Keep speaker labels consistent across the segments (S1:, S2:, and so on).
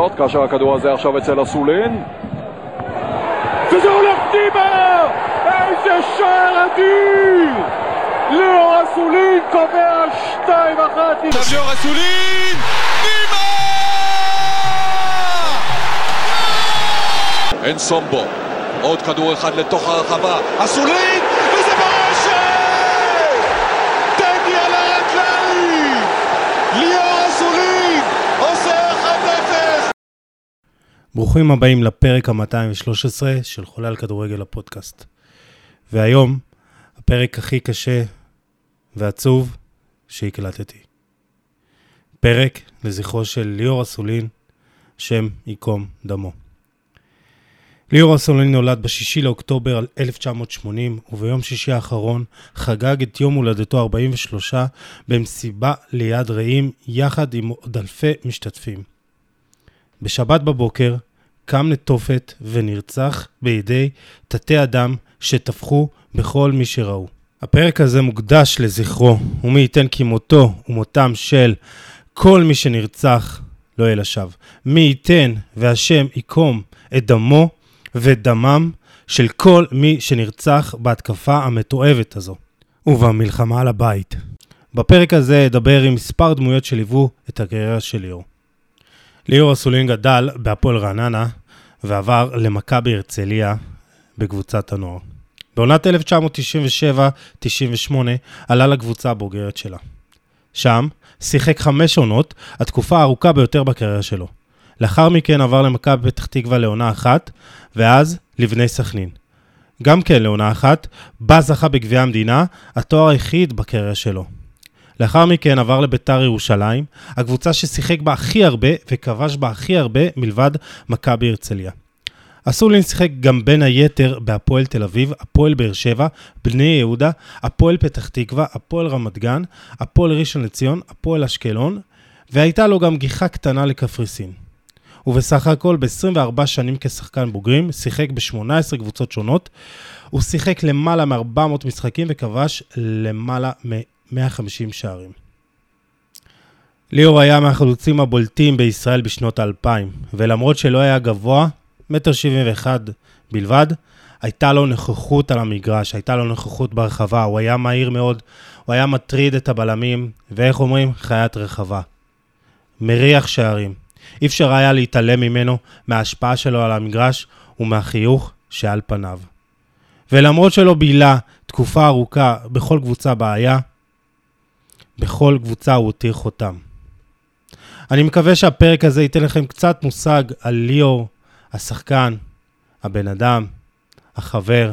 S1: הזאת, כאשר הכדור הזה עכשיו אצל אסולין. וזה הולך פנימה! איזה שער אדיר! ליאור אסולין קובע 2-1.
S2: ליאור אסולין! פנימה! אין סומבו. עוד כדור אחד לתוך הרחבה. אסולין! וזה ברשת! טדי על הרגליים! ליאור אסולין עושה 1-0!
S3: ברוכים הבאים לפרק ה-213 של חולה על כדורגל הפודקאסט. והיום הפרק הכי קשה ועצוב שהקלטתי. פרק לזכרו של ליאור אסולין, שם ייקום דמו. ליאור אסולין נולד ב6 לאוקטובר 1980, וביום שישי האחרון חגג את יום הולדתו 43 במסיבה ליד רעים, יחד עם עוד אלפי משתתפים. בשבת בבוקר קם לתופת ונרצח בידי תתי אדם שטפחו בכל מי שראו. הפרק הזה מוקדש לזכרו, ומי ייתן כי מותו ומותם של כל מי שנרצח לא יהיה לשווא. מי ייתן והשם יקום את דמו ודמם של כל מי שנרצח בהתקפה המתועבת הזו ובמלחמה על הבית. בפרק הזה אדבר עם מספר דמויות שליוו את הקריירה של ליאור. ליאור אסולין גדל בהפועל רעננה ועבר למכבי הרצליה בקבוצת הנוער. בעונת 1997-98 עלה לקבוצה הבוגרת שלה. שם שיחק 5 עונות, התקופה הארוכה ביותר בקריירה שלו. לאחר מכן עבר למכבי פתח תקווה לעונה אחת, ואז לבני סכנין. גם כן לעונה אחת, בה זכה בגביע המדינה, התואר היחיד בקריירה שלו. לאחר מכן עבר לביתר ירושלים, הקבוצה ששיחק בה הכי הרבה וכבש בה הכי הרבה מלבד מכבי הרצליה. אסולין שיחק גם בין היתר בהפועל תל אביב, הפועל באר שבע, בני יהודה, הפועל פתח תקווה, הפועל רמת גן, הפועל ראשון לציון, הפועל אשקלון, והייתה לו גם גיחה קטנה לקפריסין. ובסך הכל ב-24 שנים כשחקן בוגרים, שיחק ב-18 קבוצות שונות, הוא שיחק למעלה מ-400 משחקים וכבש למעלה מ-150 שערים. ליאור היה מהחלוצים הבולטים בישראל בשנות ה-2000, ולמרות שלא היה גבוה, 1.71 בלבד, הייתה לו נוכחות על המגרש, הייתה לו נוכחות ברחבה, הוא היה מהיר מאוד, הוא היה מטריד את הבלמים, ואיך אומרים? חיית רחבה. מריח שערים. אי אפשר היה להתעלם ממנו, מההשפעה שלו על המגרש ומהחיוך שעל פניו. ולמרות שלא בילה תקופה ארוכה בכל קבוצה בעיה, בכל קבוצה הוא הותיר חותם. אני מקווה שהפרק הזה ייתן לכם קצת מושג על ליאור, השחקן, הבן אדם, החבר.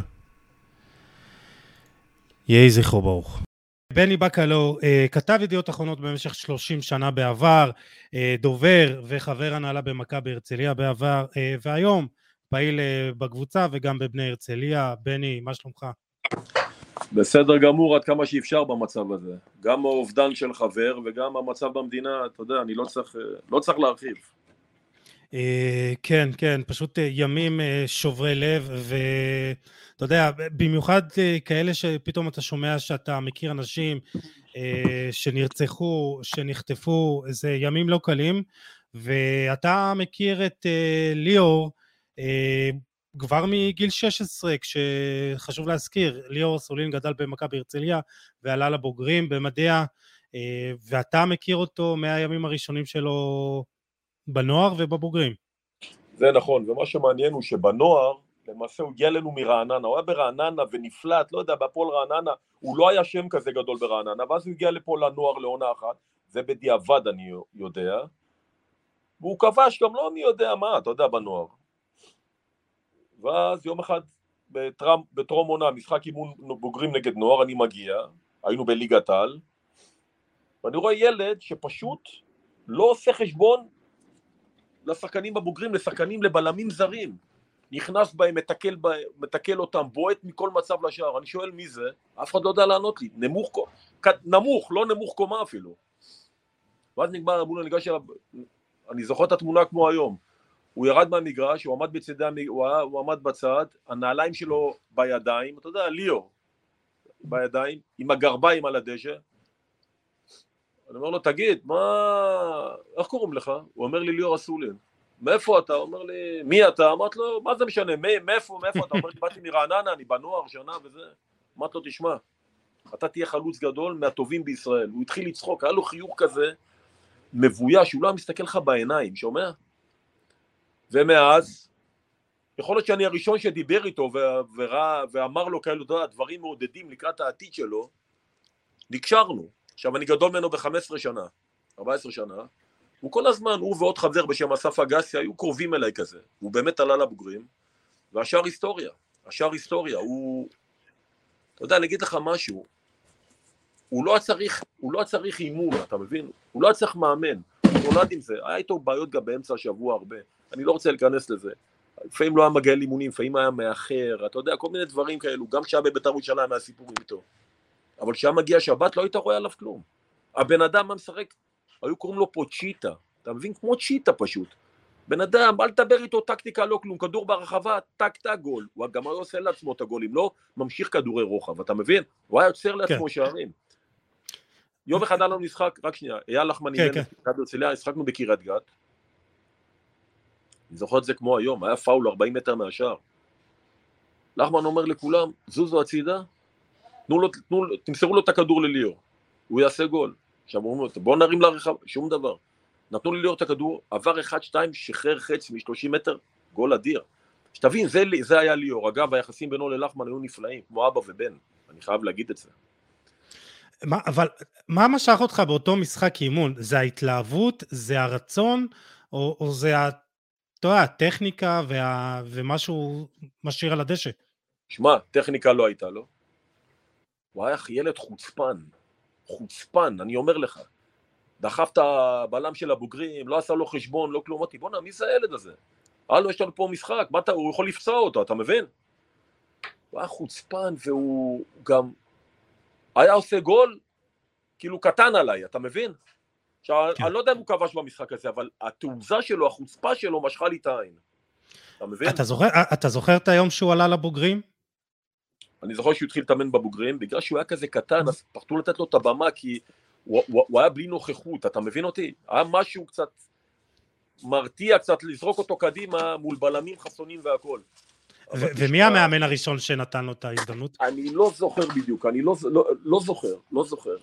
S3: יהי זכרו ברוך. בני בקלו כתב ידיעות אחרונות במשך 30 שנה בעבר, דובר וחבר הנהלה במכבי הרצליה בעבר, והיום פעיל בקבוצה וגם בבני הרצליה. בני, מה שלומך?
S1: בסדר גמור, עד כמה שאפשר במצב הזה. גם האובדן של חבר וגם המצב במדינה, אתה יודע, אני לא צריך להרחיב.
S3: כן, כן, פשוט ימים שוברי לב, ואתה יודע, במיוחד כאלה שפתאום אתה שומע שאתה מכיר אנשים שנרצחו, שנחטפו, זה ימים לא קלים, ואתה מכיר את ליאור כבר מגיל 16, כשחשוב להזכיר, ליאור אסולין גדל במכבי הרצליה ועלה לבוגרים במדיה, ואתה מכיר אותו מהימים הראשונים שלו בנוער ובבוגרים.
S1: זה נכון, ומה שמעניין הוא שבנוער, למעשה הוא הגיע לנו מרעננה, הוא היה ברעננה ונפלט, לא יודע, בהפועל רעננה, הוא לא היה שם כזה גדול ברעננה, ואז הוא הגיע לפה לנוער לעונה אחת, זה בדיעבד אני יודע, והוא כבש גם לא אני יודע מה, אתה יודע, בנוער. ואז יום אחד, בטרום עונה, משחק אימון בוגרים נגד נוער, אני מגיע, היינו בליגת העל, ואני רואה ילד שפשוט לא עושה חשבון לשחקנים בבוגרים, לשחקנים לבלמים זרים. נכנס בהם, מתקל אותם, בועט מכל מצב לשער. אני שואל מי זה? אף אחד לא יודע לענות לי. נמוך, לא נמוך קומה אפילו. ואז נגמר, ניגש אליו, אני זוכר את התמונה כמו היום. הוא ירד מהמגרש, הוא עמד בצדי, הוא עמד בצד, הנעליים שלו בידיים, אתה יודע, ליאור, בידיים, עם הגרביים על הדשא. אני אומר לו, תגיד, איך קוראים לך? הוא אומר לי ליאור אסולין. מאיפה אתה? אומר לי, מי אתה? אמרת לו, מה זה משנה, מאיפה אתה? אומר לי, באתי מרעננה, אני בנוער, שנה וזה. אמרת לו, תשמע, אתה תהיה חלוץ גדול מהטובים בישראל. הוא התחיל לצחוק, היה לו חיוך כזה, מבויש, הוא לא מסתכל לך בעיניים, שומע? ומאז, יכול להיות שאני הראשון שדיבר איתו ואמר לו כאלו דברים מעודדים לקראת העתיד שלו, נקשרנו. עכשיו אני גדול ממנו ב-15 שנה, 14 שנה, הוא כל הזמן, הוא ועוד חבר בשם אסף אגסי, היו קרובים אליי כזה, הוא באמת עלה לבוגרים, והשאר היסטוריה, הוא, אתה יודע, אני אגיד לך משהו, הוא לא צריך אימון, אתה מבין? הוא לא צריך מאמן, הוא נולד עם זה, היה איתו בעיות גם באמצע השבוע הרבה, אני לא רוצה להיכנס לזה, לפעמים לא היה מגיע לימונים, לפעמים היה מאחר, אתה יודע, כל מיני דברים כאלו, גם כשהיה בבית"ר ירושלים היה סיפורים איתו, אבל כשהיה מגיע שבת לא היית רואה עליו כלום, הבן אדם המשחק, היו קוראים לו פה צ'יטה, אתה מבין? כמו צ'יטה פשוט, בן אדם, אל תדבר איתו טקטיקה, לא כלום, כדור ברחבה, טק גול, הוא גם היה עושה לעצמו את הגולים, לא ממשיך כדורי רוחב, אתה מבין? הוא היה יוצר לעצמו שערים. יום אחד היה לנו משחק, רק שנייה, אייל לחמן אימן את הרצליה, השחקנו בקריית גת, אני זוכר את זה כמו היום, היה פאול 40 מטר מהשאר, לחמן אומר לכולם, זוזו הצידה, תמסרו לו את הכדור לליאור, הוא יעשה גול, עכשיו אומרים לו, בוא נרים לרחב, שום דבר, נתנו לליאור את הכדור, עבר 1-2, שחרר חץ מ-30 מטר, גול אדיר, שתבין, זה היה ליאור, אגב, היחסים בינו ללחמן היו נפלאים, כמו אבא ובן, אני חייב להגיד את זה.
S3: אבל מה משך אותך באותו משחק אימון? זה ההתלהבות, זה הרצון, או זה הטכניקה ומשהו משאיר על הדשא?
S1: שמע, טכניקה לא הייתה לו. הוא היה ילד חוצפן, אני אומר לך. דחף את הבלם של הבוגרים, לא עשה לו חשבון, לא כלום. אמרתי, בוא מי זה הילד הזה? הלו, יש לנו פה משחק, הוא יכול לפצוע אותו, אתה מבין? הוא היה חוצפן, והוא גם היה עושה גול, כאילו קטן עליי, אתה מבין? עכשיו, אני לא יודע אם הוא כבש במשחק הזה, אבל התעוזה שלו, החוצפה שלו, משכה לי את העין. אתה מבין?
S3: אתה זוכר את היום שהוא עלה לבוגרים?
S1: אני זוכר שהוא התחיל לתאמן בבוגרים, בגלל שהוא היה כזה קטן, אז פחדו לתת לו את הבמה, כי הוא היה בלי נוכחות, אתה מבין אותי? היה משהו קצת מרתיע, קצת לזרוק אותו קדימה, מול בלמים חסונים והכל.
S3: ומי המאמן הראשון שנתן לו את ההזדמנות?
S1: אני לא זוכר בדיוק, אני לא זוכר.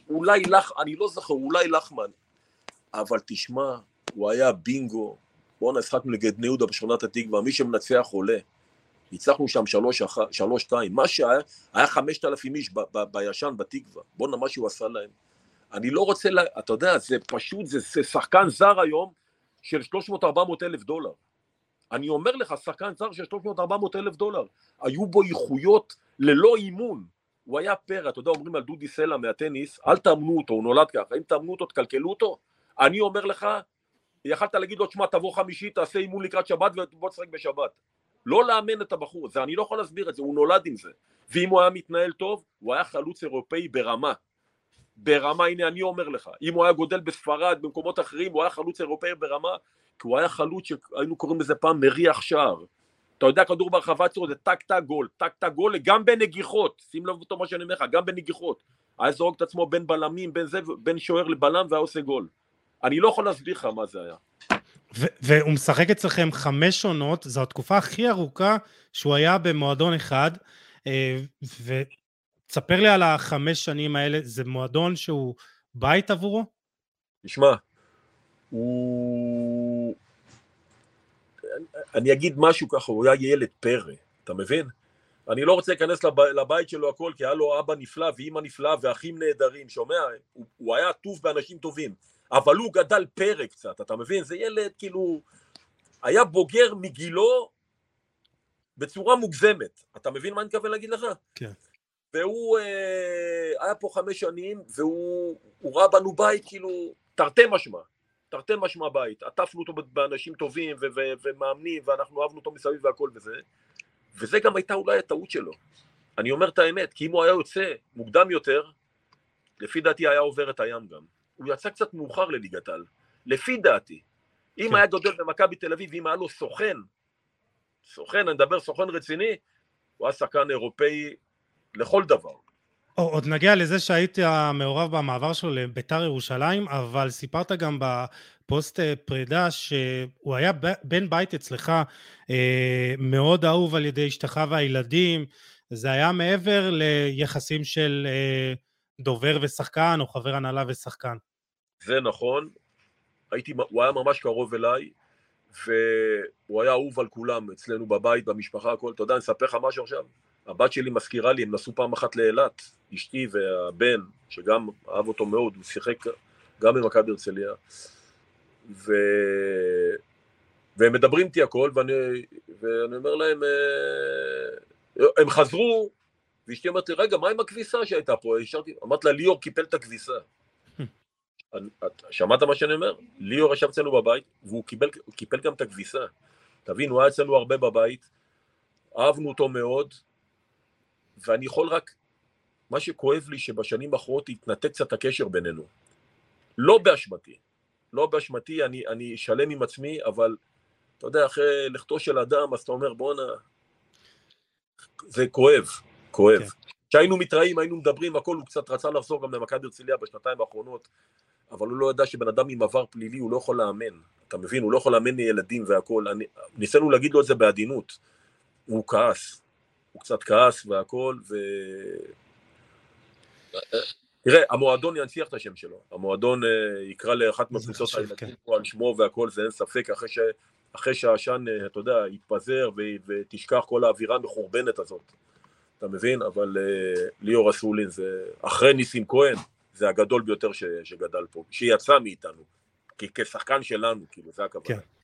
S1: אולי לחמן. אבל תשמע, הוא היה בינגו, בואו נשחקנו נגד בני יהודה בשכונת התקווה, מי שמנצח עולה, ניצחנו שם 3-2, מה שהיה, היה 5,000 איש בישן בתקווה, בואו מה שהוא עשה להם. אני לא רוצה, אתה יודע, זה פשוט, זה שחקן זר היום של 300-400 אלף דולר. אני אומר לך, שחקן זר של 300-400 אלף דולר, היו בו איכויות ללא אימון, הוא היה פרא, אתה יודע, אומרים על דודי סלע מהטניס, אל תאמנו אותו, הוא נולד ככה, אם תאמנו אותו, תקלקלו אותו, אני אומר לך, יכלת להגיד לו, תשמע, תבוא חמישי, תעשה אימון לקראת שבת ובוא תשחק בשבת. לא לאמן את הבחור, זה אני לא יכול להסביר את זה, הוא נולד עם זה. ואם הוא היה מתנהל טוב, הוא היה חלוץ אירופאי ברמה. הנה אני אומר לך, אם הוא היה גודל בספרד, במקומות אחרים, הוא היה חלוץ אירופאי ברמה, כי הוא היה חלוץ שהיינו קוראים לזה פעם מריח שער. אתה יודע, כדור ברחבה שלו זה טק גול, גם בנגיחות, שים לב אותו מה שאני אומר לך, גם בנגיחות. היה זורק את עצמו בין בלמים, בין שוער לבלם והיה עושה גול. אני לא יכול להסביר לך מה זה היה.
S3: והוא משחק אצלכם 5 עונות, זו התקופה הכי ארוכה שהוא היה במועדון אחד, ותספר לי על 5 שנים האלה, זה מועדון שהוא בית עבורו?
S1: תשמע, אני אגיד משהו ככה, הוא היה ילד פרא, אתה מבין? אני לא רוצה להיכנס לבית שלו הכל, כי היה לו אבא נפלא ואמא נפלא ואחים נהדרים, שומע? הוא היה טוב באנשים טובים, אבל הוא גדל פרא קצת, אתה מבין? זה ילד כאילו, היה בוגר מגילו בצורה מוגזמת, אתה מבין מה אני מתכוון להגיד לך?
S3: כן.
S1: והוא היה פה 5 שנים, והוא ראה בנו בית כאילו, תרתי משמע בית, עטפנו אותו באנשים טובים ומאמנים, ואנחנו אהבנו אותו מסביב והכל וזה גם הייתה אולי הטעות שלו. אני אומר את האמת, כי אם הוא היה יוצא מוקדם יותר, לפי דעתי היה עובר את הים גם. הוא יצא קצת מאוחר לליגת העל, לפי דעתי. אם היה גדול במכבי תל אביב, אם היה לו סוכן, אני מדבר סוכן רציני, הוא היה שחקן אירופאי לכל דבר.
S3: עוד נגיע לזה שהיית מעורב במעבר שלו לבית"ר ירושלים, אבל סיפרת גם פוסט פרידה שהוא היה בן בית אצלך, מאוד אהוב על ידי אשתך והילדים, זה היה מעבר ליחסים של דובר ושחקן או חבר הנהלה ושחקן.
S1: זה נכון, הוא היה ממש קרוב אליי, והוא היה אהוב על כולם, אצלנו בבית, במשפחה, הכל. אתה יודע, אני אספר לך משהו עכשיו, הבת שלי מזכירה לי, הם נסעו פעם אחת לאילת, אשתי והבן, שגם אהב אותו מאוד, הוא שיחק גם במכבי הרצליה, והם מדברים איתי הכל, ואני אומר להם, הם חזרו, ואשתי אמרת לי, רגע, מה עם הכביסה שהייתה פה? אמרת לה, ליאור קיפל את הכביסה. שמעת מה שאני אומר? ליאור ישב אצלנו בבית, והוא קיפל גם את הכביסה. תבין, הוא היה אצלנו הרבה בבית, אהבנו אותו מאוד, ואני יכול רק, מה שכואב לי שבשנים האחרונות התנתק קצת הקשר בינינו. לא באשמתי, לא באשמתי, אני שלם עם עצמי, אבל אתה יודע, אחרי לכתו של אדם, אז אתה אומר, בוא'נה, זה כואב, כואב. כשהיינו מתראים, היינו מדברים, הכל, הוא קצת רצה לחזור גם למכבי הרצליה בשנתיים האחרונות, אבל הוא לא ידע שבן אדם עם עבר פלילי, הוא לא יכול לאמן. אתה מבין? הוא לא יכול לאמן ילדים והכל. ניסינו להגיד לו את זה בעדינות. הוא כעס. הוא קצת כעס והכל, תראה, המועדון ינציח את השם שלו. המועדון יקרא לאחת מהקבוצות הילדים פה על שמו והכל, זה אין ספק, אחרי שהעשן, אתה יודע, יתפזר ותשכח כל האווירה המחורבנת הזאת. אתה מבין? אבל ליאור אסולין זה, אחרי ניסים כהן, זה הגדול ביותר שגדל פה, שיצא מאיתנו, כשחקן שלנו, כאילו, זה הכוונה.
S3: כן.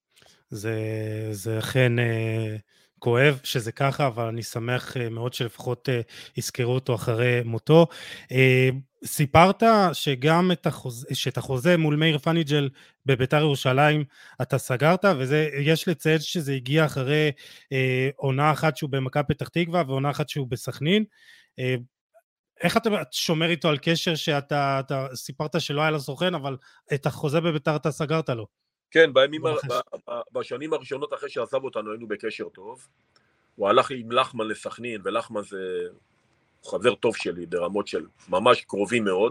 S3: זה אכן כואב שזה ככה, אבל אני שמח מאוד שלפחות יזכרו אותו אחרי מותו. סיפרת שגם שאת החוזה מול מאיר פניג'ל בביתר ירושלים אתה סגרת, ויש לציין שזה הגיע אחרי עונה אחת שהוא במכבי פתח תקווה, ועונה אחת שהוא בסכנין. איך אתה שומר איתו על קשר שאתה סיפרת שלא היה לו סוכן, אבל את החוזה בביתר אתה סגרת לו?
S1: כן, בשנים הראשונות אחרי שעזב אותנו היינו בקשר טוב. הוא הלך עם לחמן לסכנין, ולחמן זה חבר טוב שלי ברמות של ממש קרובים מאוד.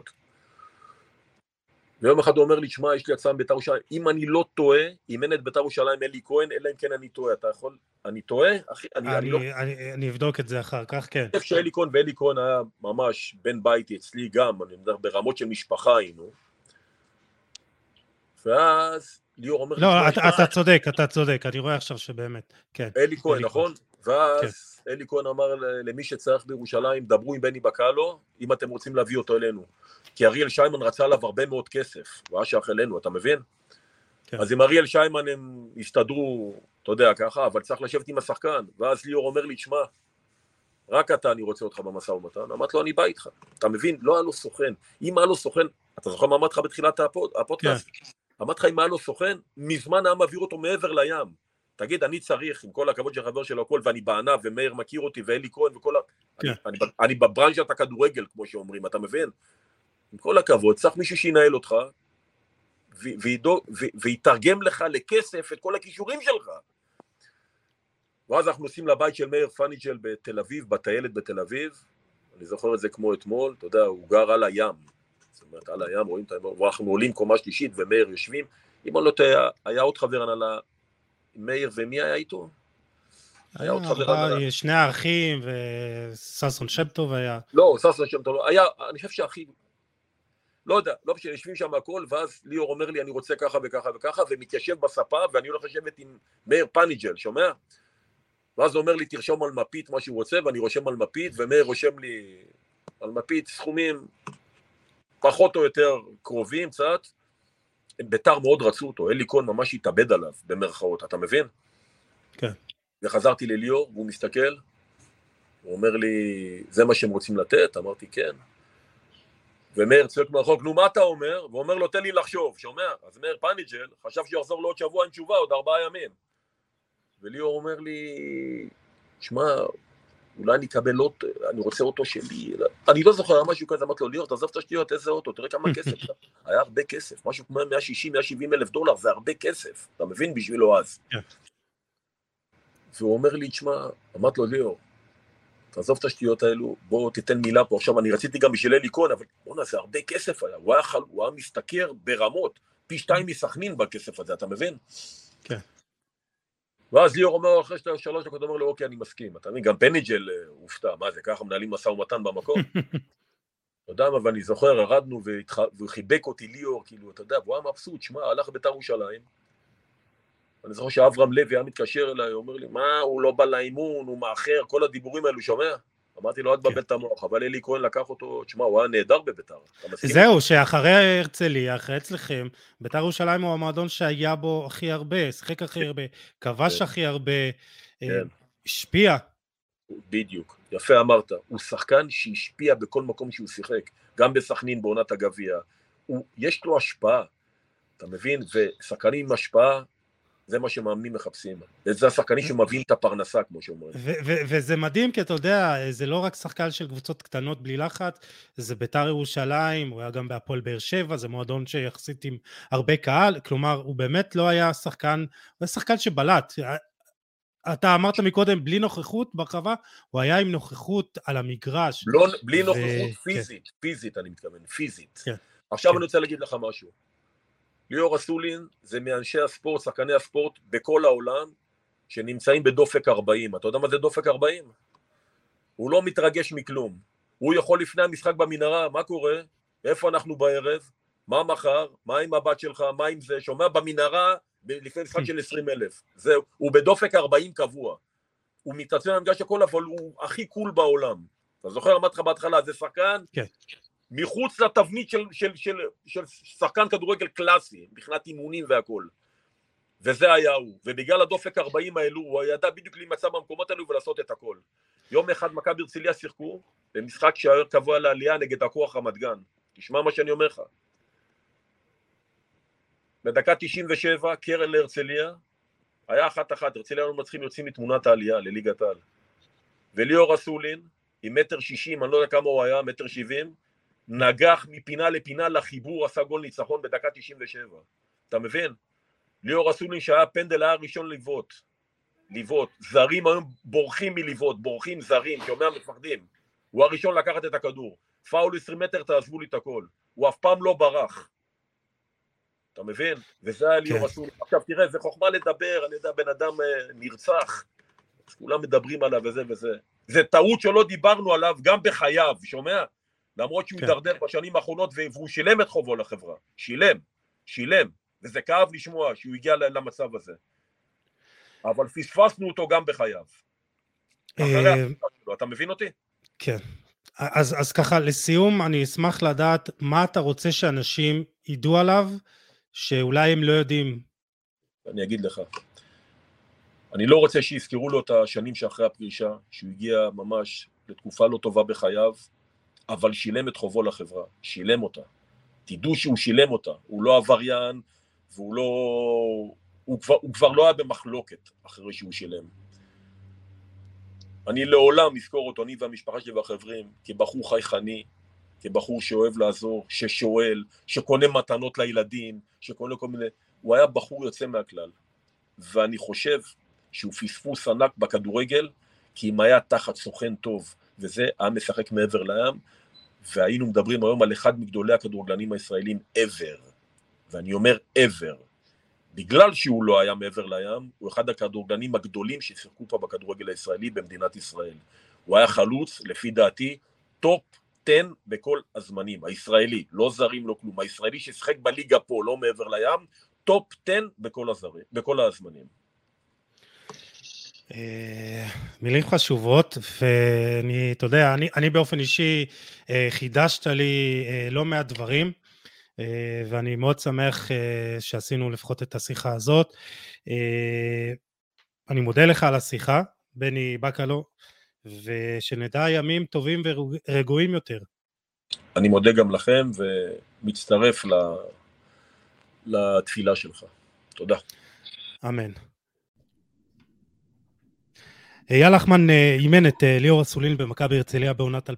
S1: ויום אחד הוא אומר לי, שמע, יש לי הצעה בביתר ירושלים, אם אני לא טועה, אימן את ביתר ירושלים אלי כהן, אלא אם כן אני טועה, אתה יכול, אני טועה? אחי,
S3: אני אבדוק את זה אחר כך, כן.
S1: איפה שאלי כהן, ואלי כהן היה ממש בן ביתי אצלי גם, אני מדבר ברמות של משפחה היינו. ואז ליאור אומר...
S3: לא, אתה צודק, אני רואה עכשיו שבאמת, כן.
S1: אלי כהן, נכון? ואז אלי כהן אמר למי שצריך בירושלים, דברו עם בני בקלו, אם אתם רוצים להביא אותו אלינו. כי אריאל שיימן רצה עליו הרבה מאוד כסף, הוא היה שייך אלינו, אתה מבין? כן. אז עם אריאל שיימן הם הסתדרו, אתה יודע, ככה, אבל צריך לשבת עם השחקן, ואז ליאור אומר לי, תשמע, רק אתה אני רוצה אותך במשא ומתן, אמרתי לו, אני בא איתך, אתה מבין? לא היה לו סוכן, אם היה לו סוכן, אתה זוכר מה אמרתי לך בתחילת הפודקאסט? כן. אמרתי לך, אם היה לו סוכן, מזמן היה מעביר אותו מעבר לים, תגיד, אני צריך, עם כל הכבוד של חבר שלו הכל, ואני בענב, ומאיר מכיר אותי, ואלי כהן וכל כן. אני בברנז'ת הכדורגל, כמו שאומרים, אתה מבין? עם כל הכבוד, צריך מישהו שינהל אותך, ויתרגם לך לכסף את כל הכישורים שלך. ואז אנחנו נוסעים לבית של מאיר פניג'ל בתל אביב, בטיילת בתל אביב, אני זוכר את זה כמו אתמול, אתה יודע, הוא גר על הים, זאת אומרת, על הים, רואים את הים, ואנחנו עולים קומה שלישית, ומאיר יושבים, אם אני לא טועה, היה עוד חבר הנהלה, מאיר ומי היה איתו?
S3: היה עוד חבר הנהלה. שני האחים, וססון שם טוב היה.
S1: לא, ססון שם טוב, היה, אני חושב שהאחים, לא יודע, לא בשביל, יושבים שם הכל, ואז ליאור אומר לי, אני רוצה ככה וככה וככה, ומתיישב בספה, ואני הולך לשבת עם מאיר פניג'ל, שומע? ואז הוא אומר לי, תרשום על מפית מה שהוא רוצה, ואני רושם על מפית, ומאיר רושם לי על מפית סכומים פחות או יותר קרובים, קצת. ביתר מאוד רצו אותו, אלי כהן ממש התאבד עליו, במרכאות, אתה מבין?
S3: כן.
S1: וחזרתי לליאור, והוא מסתכל, הוא אומר לי, זה מה שהם רוצים לתת? אמרתי, כן. ומאיר צועק מהרחוק, נו מה אתה אומר? והוא אומר לו, תן לי לחשוב, שומע? אז מאיר פניג'ל חשב שיחזור לו עוד שבוע עם תשובה, עוד 4 ימים. וליאור אומר לי, שמע, אולי אני אקבל אוטו, אני רוצה אוטו שלי, אני לא זוכר משהו כזה, אמרתי לו, ליאור, תעזוב את השטויות, איזה אוטו, תראה כמה כסף, היה הרבה כסף, משהו כמו 160-170 אלף דולר, זה הרבה כסף, אתה מבין בשבילו אז. והוא אומר לי, תשמע, אמרתי לו, ליאור, תעזוב את השטויות האלו, בוא תיתן מילה פה, עכשיו אני רציתי גם בשביל אלי כהן, אבל בוא נעשה הרבה כסף היה, הוא היה מסתכר ברמות, פי 2 מסכנין בכסף הזה, אתה מבין?
S3: כן.
S1: ואז ליאור אומר, אחרי 3 דקות, אומר לו, אוקיי, אני מסכים. אתה מבין, גם פניג'ל הופתע, מה זה, ככה מנהלים משא ומתן במקום? אתה יודע מה, ואני זוכר, הרדנו והוא חיבק אותי ליאור, כאילו, אתה יודע, והוא היה מבסוט, שמע, הלך בית"ר ירושלים. אני זוכר שאברהם לוי היה מתקשר אליי, הוא אומר לי, מה, הוא לא בא לאימון, הוא מאחר, כל הדיבורים האלו, שומע? אמרתי לו, עד בבית את המוח, אבל אלי כהן לקח אותו, תשמע, הוא היה נהדר בבית"ר.
S3: זהו, שאחרי הרצליה, אחרי אצלכם, בית"ר ירושלים הוא המועדון שהיה בו הכי הרבה, שחק הכי הרבה, כבש הכי הרבה, השפיע.
S1: בדיוק, יפה אמרת, הוא שחקן שהשפיע בכל מקום שהוא שיחק, גם בסכנין בעונת הגביע, יש לו השפעה, אתה מבין? ושחקנים עם השפעה, זה מה שמאמנים מחפשים. זה השחקנים שמביאים את הפרנסה, כמו שאומרים.
S3: וזה מדהים, כי אתה יודע, זה לא רק שחקן של קבוצות קטנות בלי לחץ, זה בית"ר ירושלים, הוא היה גם בהפועל באר שבע, זה מועדון שיחסית עם הרבה קהל, כלומר, הוא באמת לא היה שחקן, הוא היה שחקן שבלט. אתה אמרת מקודם, בלי נוכחות ברחבה, הוא היה עם נוכחות על המגרש.
S1: בלי נוכחות פיזית, פיזית אני מתכוון, פיזית.
S3: כן.
S1: עכשיו אני רוצה להגיד לך משהו. ליאור אסולין זה מאנשי הספורט, שחקני הספורט בכל העולם, שנמצאים בדופק 40. אתה יודע מה זה דופק 40? הוא לא מתרגש מכלום. הוא יכול לפני המשחק במנהרה, מה קורה? איפה אנחנו בערב? מה מחר? מה עם הבת שלך? מה עם זה? שומע במנהרה לפני משחק של 20,000. זהו, הוא בדופק 40 קבוע. הוא מתעצבן במגרש הכל, אבל הוא הכי קול בעולם. אתה זוכר, אמרתי לך בהתחלה, זה שחקן?
S3: כן.
S1: מחוץ לתבנית של שחקן כדורגל קלאסי, מבחינת אימונים והכל. וזה היה הוא. ובגלל הדופק 40 האלו, הוא ידע בדיוק להימצא במקומות האלו ולעשות את הכל. יום אחד מכבי הרצליה שיחקו, במשחק שהיה קבוע לעלייה נגד הכוח רמת גן. תשמע מה שאני אומר לך. בדקה 97, קרן להרצליה, היה 1-1, הרצליה לא מצליחים יוצאים מתמונת העלייה לליגת העל. וליאור אסולין, עם 1.60 מטר, אני לא יודע כמה הוא היה, 1.70 מטר, נגח מפינה לפינה לחיבור, עשה גול ניצחון בדקה 97. אתה מבין? ליאור אסולין שהיה פנדל היה ראשון ליוות. זרים היום בורחים מליוות, בורחים זרים, שאומר מפחדים. הוא הראשון לקחת את הכדור. פאול 20 מטר, תעזבו לי את הכל. הוא אף פעם לא ברח. אתה מבין? וזה היה ליאור אסולין. עכשיו תראה, זה חוכמה לדבר, אני יודע, בן אדם נרצח. אז כולם מדברים עליו וזה וזה. זה טעות שלא דיברנו עליו גם בחייו, שומע? למרות שהוא דרדר בשנים האחרונות, והוא שילם את חובו לחברה. שילם. וזה כאב לשמוע שהוא הגיע למצב הזה. אבל פספסנו אותו גם בחייו. אחרי הפסקה שלו, אתה מבין אותי?
S3: כן. אז ככה, לסיום, אני אשמח לדעת מה אתה רוצה שאנשים ידעו עליו, שאולי הם לא יודעים.
S1: אני אגיד לך. אני לא רוצה שיזכרו לו את השנים שאחרי הפרישה, שהוא הגיע ממש לתקופה לא טובה בחייו, אבל שילם את חובו לחברה, שילם אותה. תדעו שהוא שילם אותה, הוא לא עבריין, והוא לא... הוא כבר לא היה במחלוקת אחרי שהוא שילם. אני לעולם אזכור אותו, אני והמשפחה שלי והחברים, כבחור חייכני, כבחור שאוהב לעזור, ששואל, שקונה מתנות לילדים, שקונה כל מיני... הוא היה בחור יוצא מהכלל. ואני חושב שהוא פספוס ענק בכדורגל, כי אם היה תחת סוכן טוב, וזה היה משחק מעבר לים, והיינו מדברים היום על אחד מגדולי הכדורגלנים הישראלים ever, ואני אומר ever, בגלל שהוא לא היה מעבר לים, הוא אחד הכדורגלנים הגדולים ששיחקו פה בכדורגל הישראלי במדינת ישראל. הוא היה חלוץ, לפי דעתי, טופ 10 בכל הזמנים, הישראלי, לא זרים, לא כלום, הישראלי ששיחק בליגה פה, לא מעבר לים, טופ 10 בכל הזמנים.
S3: מילים חשובות, ואני, אתה יודע, אני באופן אישי חידשת לי לא מעט דברים, ואני מאוד שמח שעשינו לפחות את השיחה הזאת. אני מודה לך על השיחה, בני בקלו, ושנדע ימים טובים ורגועים יותר.
S1: אני מודה גם לכם, ומצטרף לתפילה שלך. תודה.
S3: אמן. אייל לחמן אימן את ליאור אסולין במכבי הרצליה בעונת 2002-2003,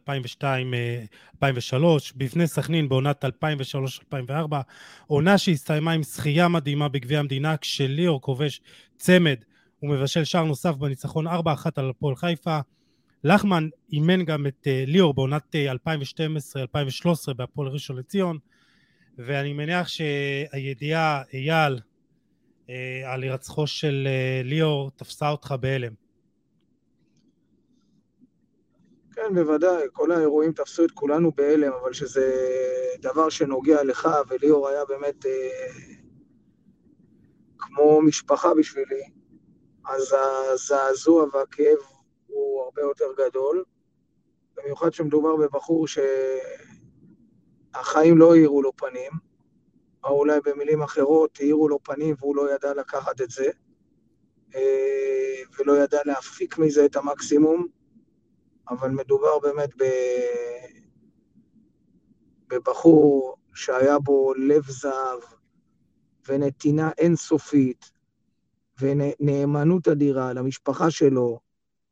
S3: בבני סכנין בעונת 2003-2004, עונה שהסתיימה עם זכייה מדהימה בגביע המדינה, כשליאור כובש צמד ומבשל שער נוסף בניצחון 4-1 על הפועל חיפה. לחמן אימן גם את ליאור בעונת 2012-2013 בהפועל ראשון לציון, ואני מניח שהידיעה, אייל, על הירצחו של ליאור, תפסה אותך בהלם.
S4: כן, בוודאי, כל האירועים תפסו את כולנו בהלם, אבל שזה דבר שנוגע לך, וליאור היה באמת כמו משפחה בשבילי, אז הזעזוע והכאב הוא הרבה יותר גדול, במיוחד שמדובר בבחור שהחיים לא העירו לו פנים, או אולי במילים אחרות העירו לו פנים והוא לא ידע לקחת את זה, ולא ידע להפיק מזה את המקסימום, אבל מדובר באמת בבחור שהיה בו לב זהב, ונתינה אינסופית, ונאמנות אדירה למשפחה שלו,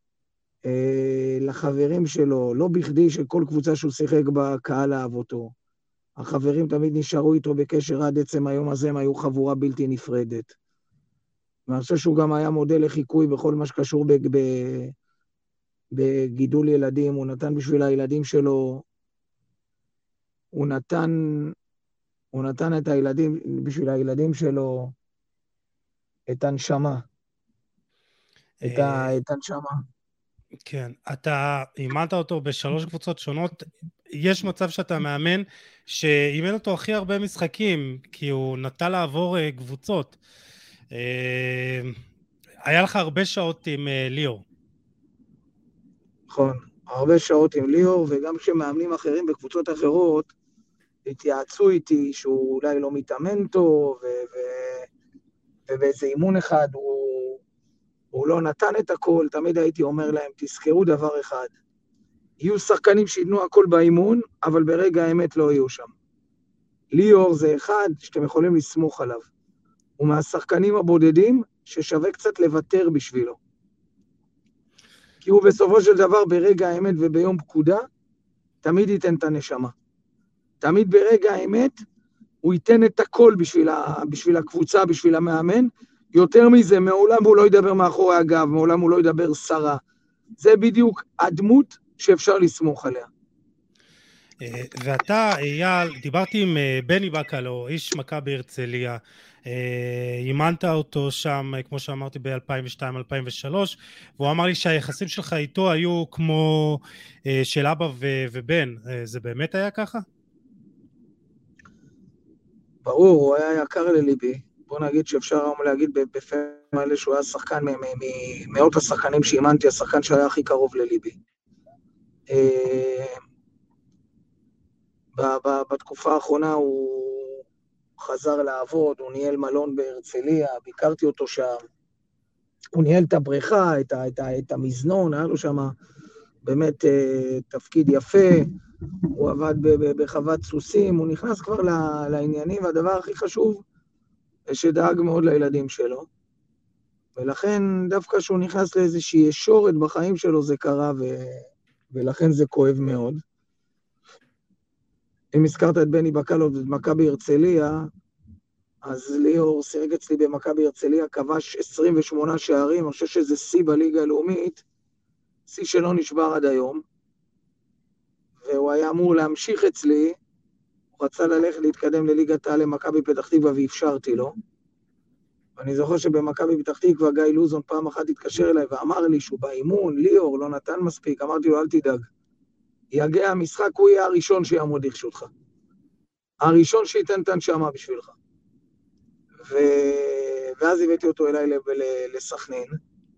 S4: לחברים שלו, לא בכדי שכל קבוצה שהוא שיחק בקהל אהב אותו. החברים תמיד נשארו איתו בקשר עד עצם היום הזה, הם היו חבורה בלתי נפרדת. ואני חושב שהוא גם היה מודל לחיקוי בכל מה שקשור בגידול ילדים, הוא נתן בשביל הילדים שלו, הוא נתן את הילדים, בשביל הילדים שלו, את הנשמה. את הנשמה.
S3: כן, אתה אימנת אותו בשלוש קבוצות שונות, יש מצב שאתה מאמן שאימן אותו הכי הרבה משחקים, כי הוא נטה לעבור קבוצות. היה לך הרבה שעות עם ליאור.
S4: נכון, הרבה שעות עם ליאור, וגם כשמאמנים אחרים בקבוצות אחרות, התייעצו איתי שהוא אולי לא מתאמן טוב, ובאיזה אימון אחד הוא לא נתן את הכל, תמיד הייתי אומר להם, תזכרו דבר אחד, יהיו שחקנים שיתנו הכל באימון, אבל ברגע האמת לא יהיו שם. ליאור זה אחד שאתם יכולים לסמוך עליו. הוא מהשחקנים הבודדים ששווה קצת לוותר בשבילו. כי הוא בסופו של דבר ברגע האמת וביום פקודה, תמיד ייתן את הנשמה. תמיד ברגע האמת, הוא ייתן את הכל בשביל הקבוצה, בשביל המאמן. יותר מזה, מעולם הוא לא ידבר מאחורי הגב, מעולם הוא לא ידבר שרה. זה בדיוק הדמות שאפשר לסמוך עליה.
S3: ואתה, אייל, דיברתי עם בני בקלו, איש מכבי הרצליה, אימנת אותו שם, כמו שאמרתי, ב-2002-2003, והוא אמר לי שהיחסים שלך איתו היו כמו של אבא ובן. זה באמת היה ככה?
S4: ברור, הוא היה יקר לליבי. בוא נגיד שאפשר היום להגיד בפה מלא שהוא היה שחקן ממאות השחקנים שאימנתי, השחקן שהיה הכי קרוב לליבי. בתקופה האחרונה הוא חזר לעבוד, הוא ניהל מלון בהרצליה, ביקרתי אותו שם, הוא ניהל את הבריכה, את המזנון, היה לו שם באמת תפקיד יפה, הוא עבד בחוות סוסים, הוא נכנס כבר לעניינים, והדבר הכי חשוב, שדאג מאוד לילדים שלו, ולכן דווקא שהוא נכנס לאיזושהי ישורת בחיים שלו זה קרה, ולכן זה כואב מאוד. אם הזכרת את בני בקלו במכבי הרצליה, אז ליאור שיחק אצלי במכבי הרצליה, כבש 28 שערים, אני חושב שזה שיא בליגה הלאומית, שיא שלא נשבר עד היום, והוא היה אמור להמשיך אצלי, הוא רצה ללכת להתקדם לליגת העל למכבי פתח תקווה ואפשרתי לו, ואני זוכר שבמכבי פתח תקווה גיא לוזון פעם אחת התקשר אליי ואמר לי שהוא באימון, ליאור לא נתן מספיק, אמרתי לו אל תדאג, יגיע המשחק, הוא יהיה הראשון שיעמוד לרשותך. הראשון שייתן את הנשמה בשבילך. ואז הבאתי אותו אליי לסכנין.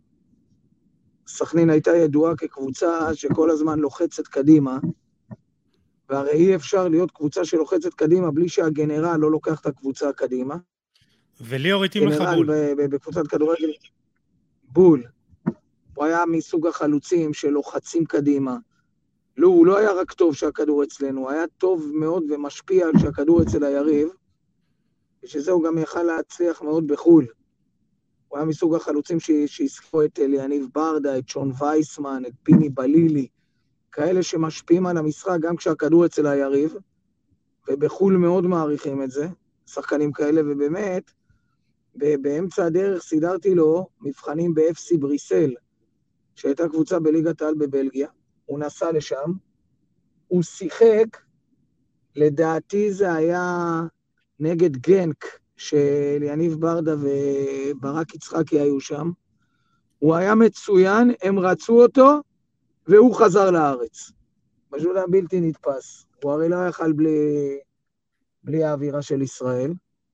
S4: סכנין הייתה ידועה כקבוצה שכל הזמן לוחצת קדימה, והרי אי אפשר להיות קבוצה שלוחצת קדימה בלי שהגנרל לא לוקח את הקבוצה קדימה.
S3: וליאור איתי לך בול.
S4: גנרל בקבוצת כדורגל, בול. הוא היה מסוג החלוצים שלוחצים קדימה. לא, הוא לא היה רק טוב שהכדור אצלנו, הוא היה טוב מאוד ומשפיע שהכדור אצל היריב, ושזה הוא גם יכל להצליח מאוד בחול. הוא היה מסוג החלוצים שהזכו את אליניב ברדה, את שון וייסמן, את פיני בלילי, כאלה שמשפיעים על המשחק גם כשהכדור אצל היריב, ובחול מאוד מעריכים את זה, שחקנים כאלה, ובאמת, באמצע הדרך סידרתי לו מבחנים ב-FC בריסל, שהייתה קבוצה בליגת העל בבלגיה, הוא נסע לשם, הוא שיחק, לדעתי זה היה נגד גנק, של יניב ברדה וברק יצחקי היו שם. הוא היה מצוין, הם רצו אותו, והוא חזר לארץ. פשוט היה בלתי נתפס. הוא הרי לא יכל בלי האווירה של ישראל.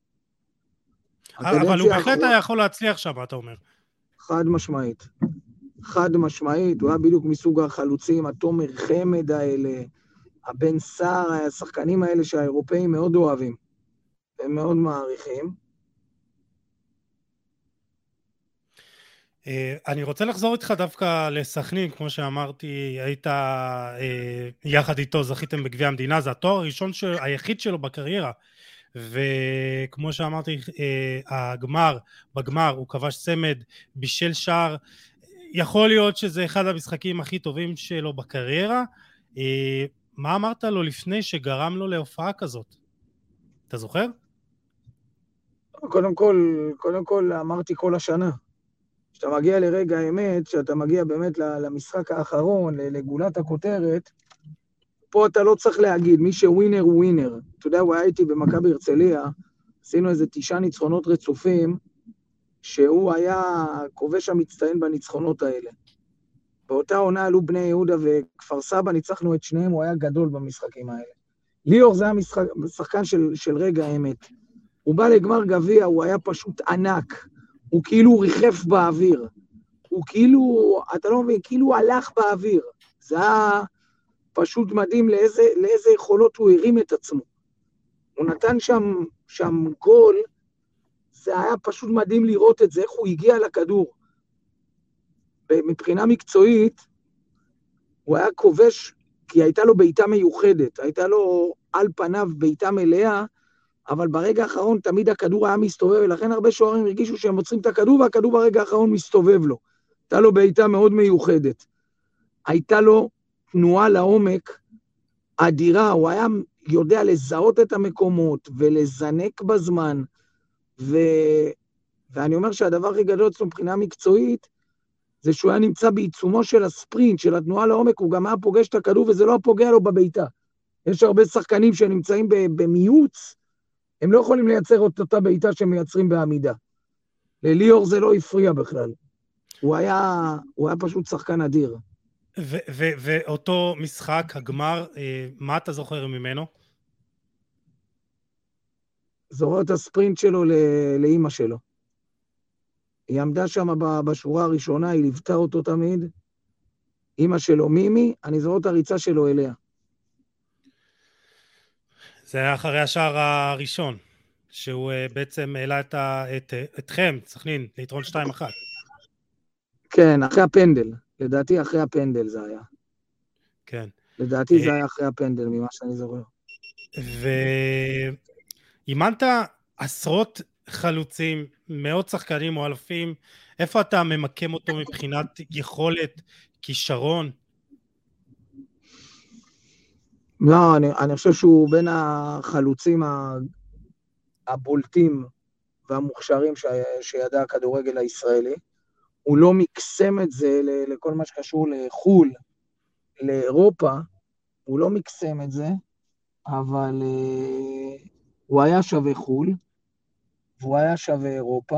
S3: אבל הוא בהחלט היה יכול להצליח שם, אתה אומר.
S4: חד משמעית. חד משמעית, הוא היה בדיוק מסוג החלוצים, התומר חמד האלה, הבן סער, השחקנים האלה שהאירופאים מאוד אוהבים. הם מאוד מעריכים.
S3: אני רוצה לחזור איתך דווקא לסכנין, כמו שאמרתי, היית יחד איתו, זכיתם בגביע המדינה, זה התואר הראשון היחיד שלו בקריירה, וכמו שאמרתי, בגמר הוא כבש צמד, בישל שער, יכול להיות שזה אחד המשחקים הכי טובים שלו בקריירה. מה אמרת לו לפני שגרם לו להופעה כזאת? אתה זוכר?
S4: קודם כל אמרתי כל השנה. כשאתה מגיע לרגע האמת, כשאתה מגיע באמת למשחק האחרון, לגולת הכותרת, פה אתה לא צריך להגיד, מי שווינר הוא ווינר. אתה יודע, הוא היה איתי במכבי הרצליה, עשינו איזה 9 ניצחונות רצופים, שהוא היה כובש המצטיין בניצחונות האלה. באותה עונה עלו בני יהודה וכפר סבא, ניצחנו את שניהם, הוא היה גדול במשחקים האלה. ליאור זה היה שחקן של רגע האמת. הוא בא לגמר גביע, הוא היה פשוט ענק. הוא כאילו ריחף באוויר. הוא כאילו, אתה לא מבין, כאילו הוא הלך באוויר. זה היה פשוט מדהים לאיזה יכולות הוא הרים את עצמו. הוא נתן שם גול, זה היה פשוט מדהים לראות את זה, איך הוא הגיע לכדור. מבחינה מקצועית, הוא היה כובש, כי הייתה לו בעיטה מיוחדת, הייתה לו על פניו בעיטה מלאה, אבל ברגע האחרון תמיד הכדור היה מסתובב, ולכן הרבה שוערים הרגישו שהם מוצאים את הכדור, והכדור ברגע האחרון מסתובב לו. הייתה לו בעיטה מאוד מיוחדת. הייתה לו תנועה לעומק אדירה, הוא היה יודע לזהות את המקומות, ולזנק בזמן, ואני אומר שהדבר הכי גדול אצלו מבחינה מקצועית, זה שהוא היה נמצא בעיצומו של הספרינט, של התנועה לעומק, הוא גם היה פוגש את הכדור, וזה לא פוגע לו בביתה. יש הרבה שחקנים שנמצאים במיוץ, הם לא יכולים לייצר את אותה ביתה שמייצרים בעמידה. לליאור זה לא הפריע בכלל. הוא היה פשוט שחקן אדיר.
S3: ואותו משחק, הגמר, מה אתה זוכר ממנו?
S4: זוכר את הספרינט שלו לאמא שלו. היא עמדה שם בשורה הראשונה, היא ליוותה אותו תמיד. אמא שלו מימי, אני זוכר את הריצה שלו אליה.
S3: זה היה אחרי השער הראשון, שהוא בעצם העלה אתכם, סכנין, ליתרון 2-1.
S4: כן, אחרי הפנדל. לדעתי אחרי הפנדל זה היה.
S3: כן.
S4: לדעתי זה היה אחרי הפנדל, ממה שאני זוכר.
S3: ואימנת עשרות חלוצים, מאות שחקנים או אלפים, איפה אתה ממקם אותו מבחינת יכולת, כישרון?
S4: לא, אני חושב שהוא בין החלוצים הבולטים והמוכשרים שידע הכדורגל הישראלי. הוא לא מקסם את זה לכל מה שקשור לחול, לאירופה, הוא לא מקסם את זה, אבל הוא היה שווה חול, והוא היה שווה אירופה.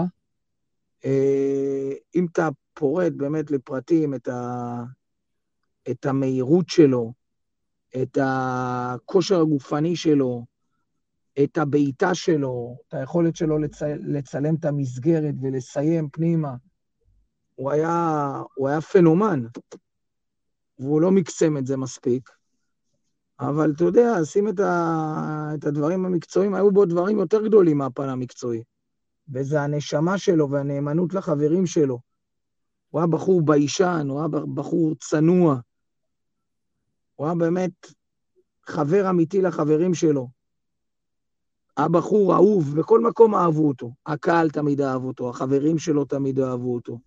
S4: אם אתה פורט באמת לפרטים את המהירות שלו, את הכושר הגופני שלו, את הבעיטה שלו, את היכולת שלו לצלם את המסגרת ולסיים פנימה, הוא היה פנומן, והוא לא מקסם את זה מספיק. אבל אתה יודע, שים את הדברים המקצועיים, היו בו דברים יותר גדולים מהפן המקצועי. וזה הנשמה שלו והנאמנות לחברים שלו. הוא היה בחור ביישן, הוא היה בחור צנוע. הוא היה באמת חבר אמיתי לחברים שלו. היה בחור אהוב, בכל מקום אהבו אותו. הקהל תמיד אהב אותו, החברים שלו תמיד אהבו אותו.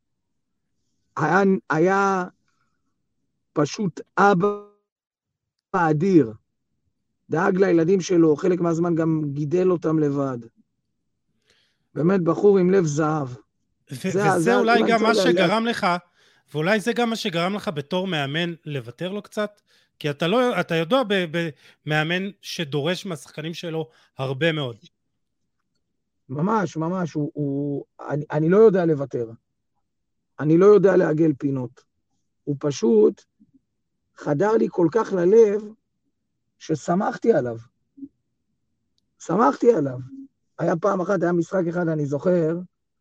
S4: היה פשוט אבא אדיר. דאג לילדים שלו, חלק מהזמן גם גידל אותם לבד. באמת בחור עם לב זהב.
S3: וזה אולי גם מה שגרם לך, ואולי זה גם מה שגרם לך בתור מאמן לוותר לו קצת, כי אתה יודע במאמן שדורש מהשחקנים שלו הרבה מאוד.
S4: ממש, אני לא יודע לוותר. אני לא יודע לעגל פינות. הוא פשוט חדר לי כל כך ללב, ששמחתי עליו. היה פעם אחת, היה משחק אחד, אני זוכר,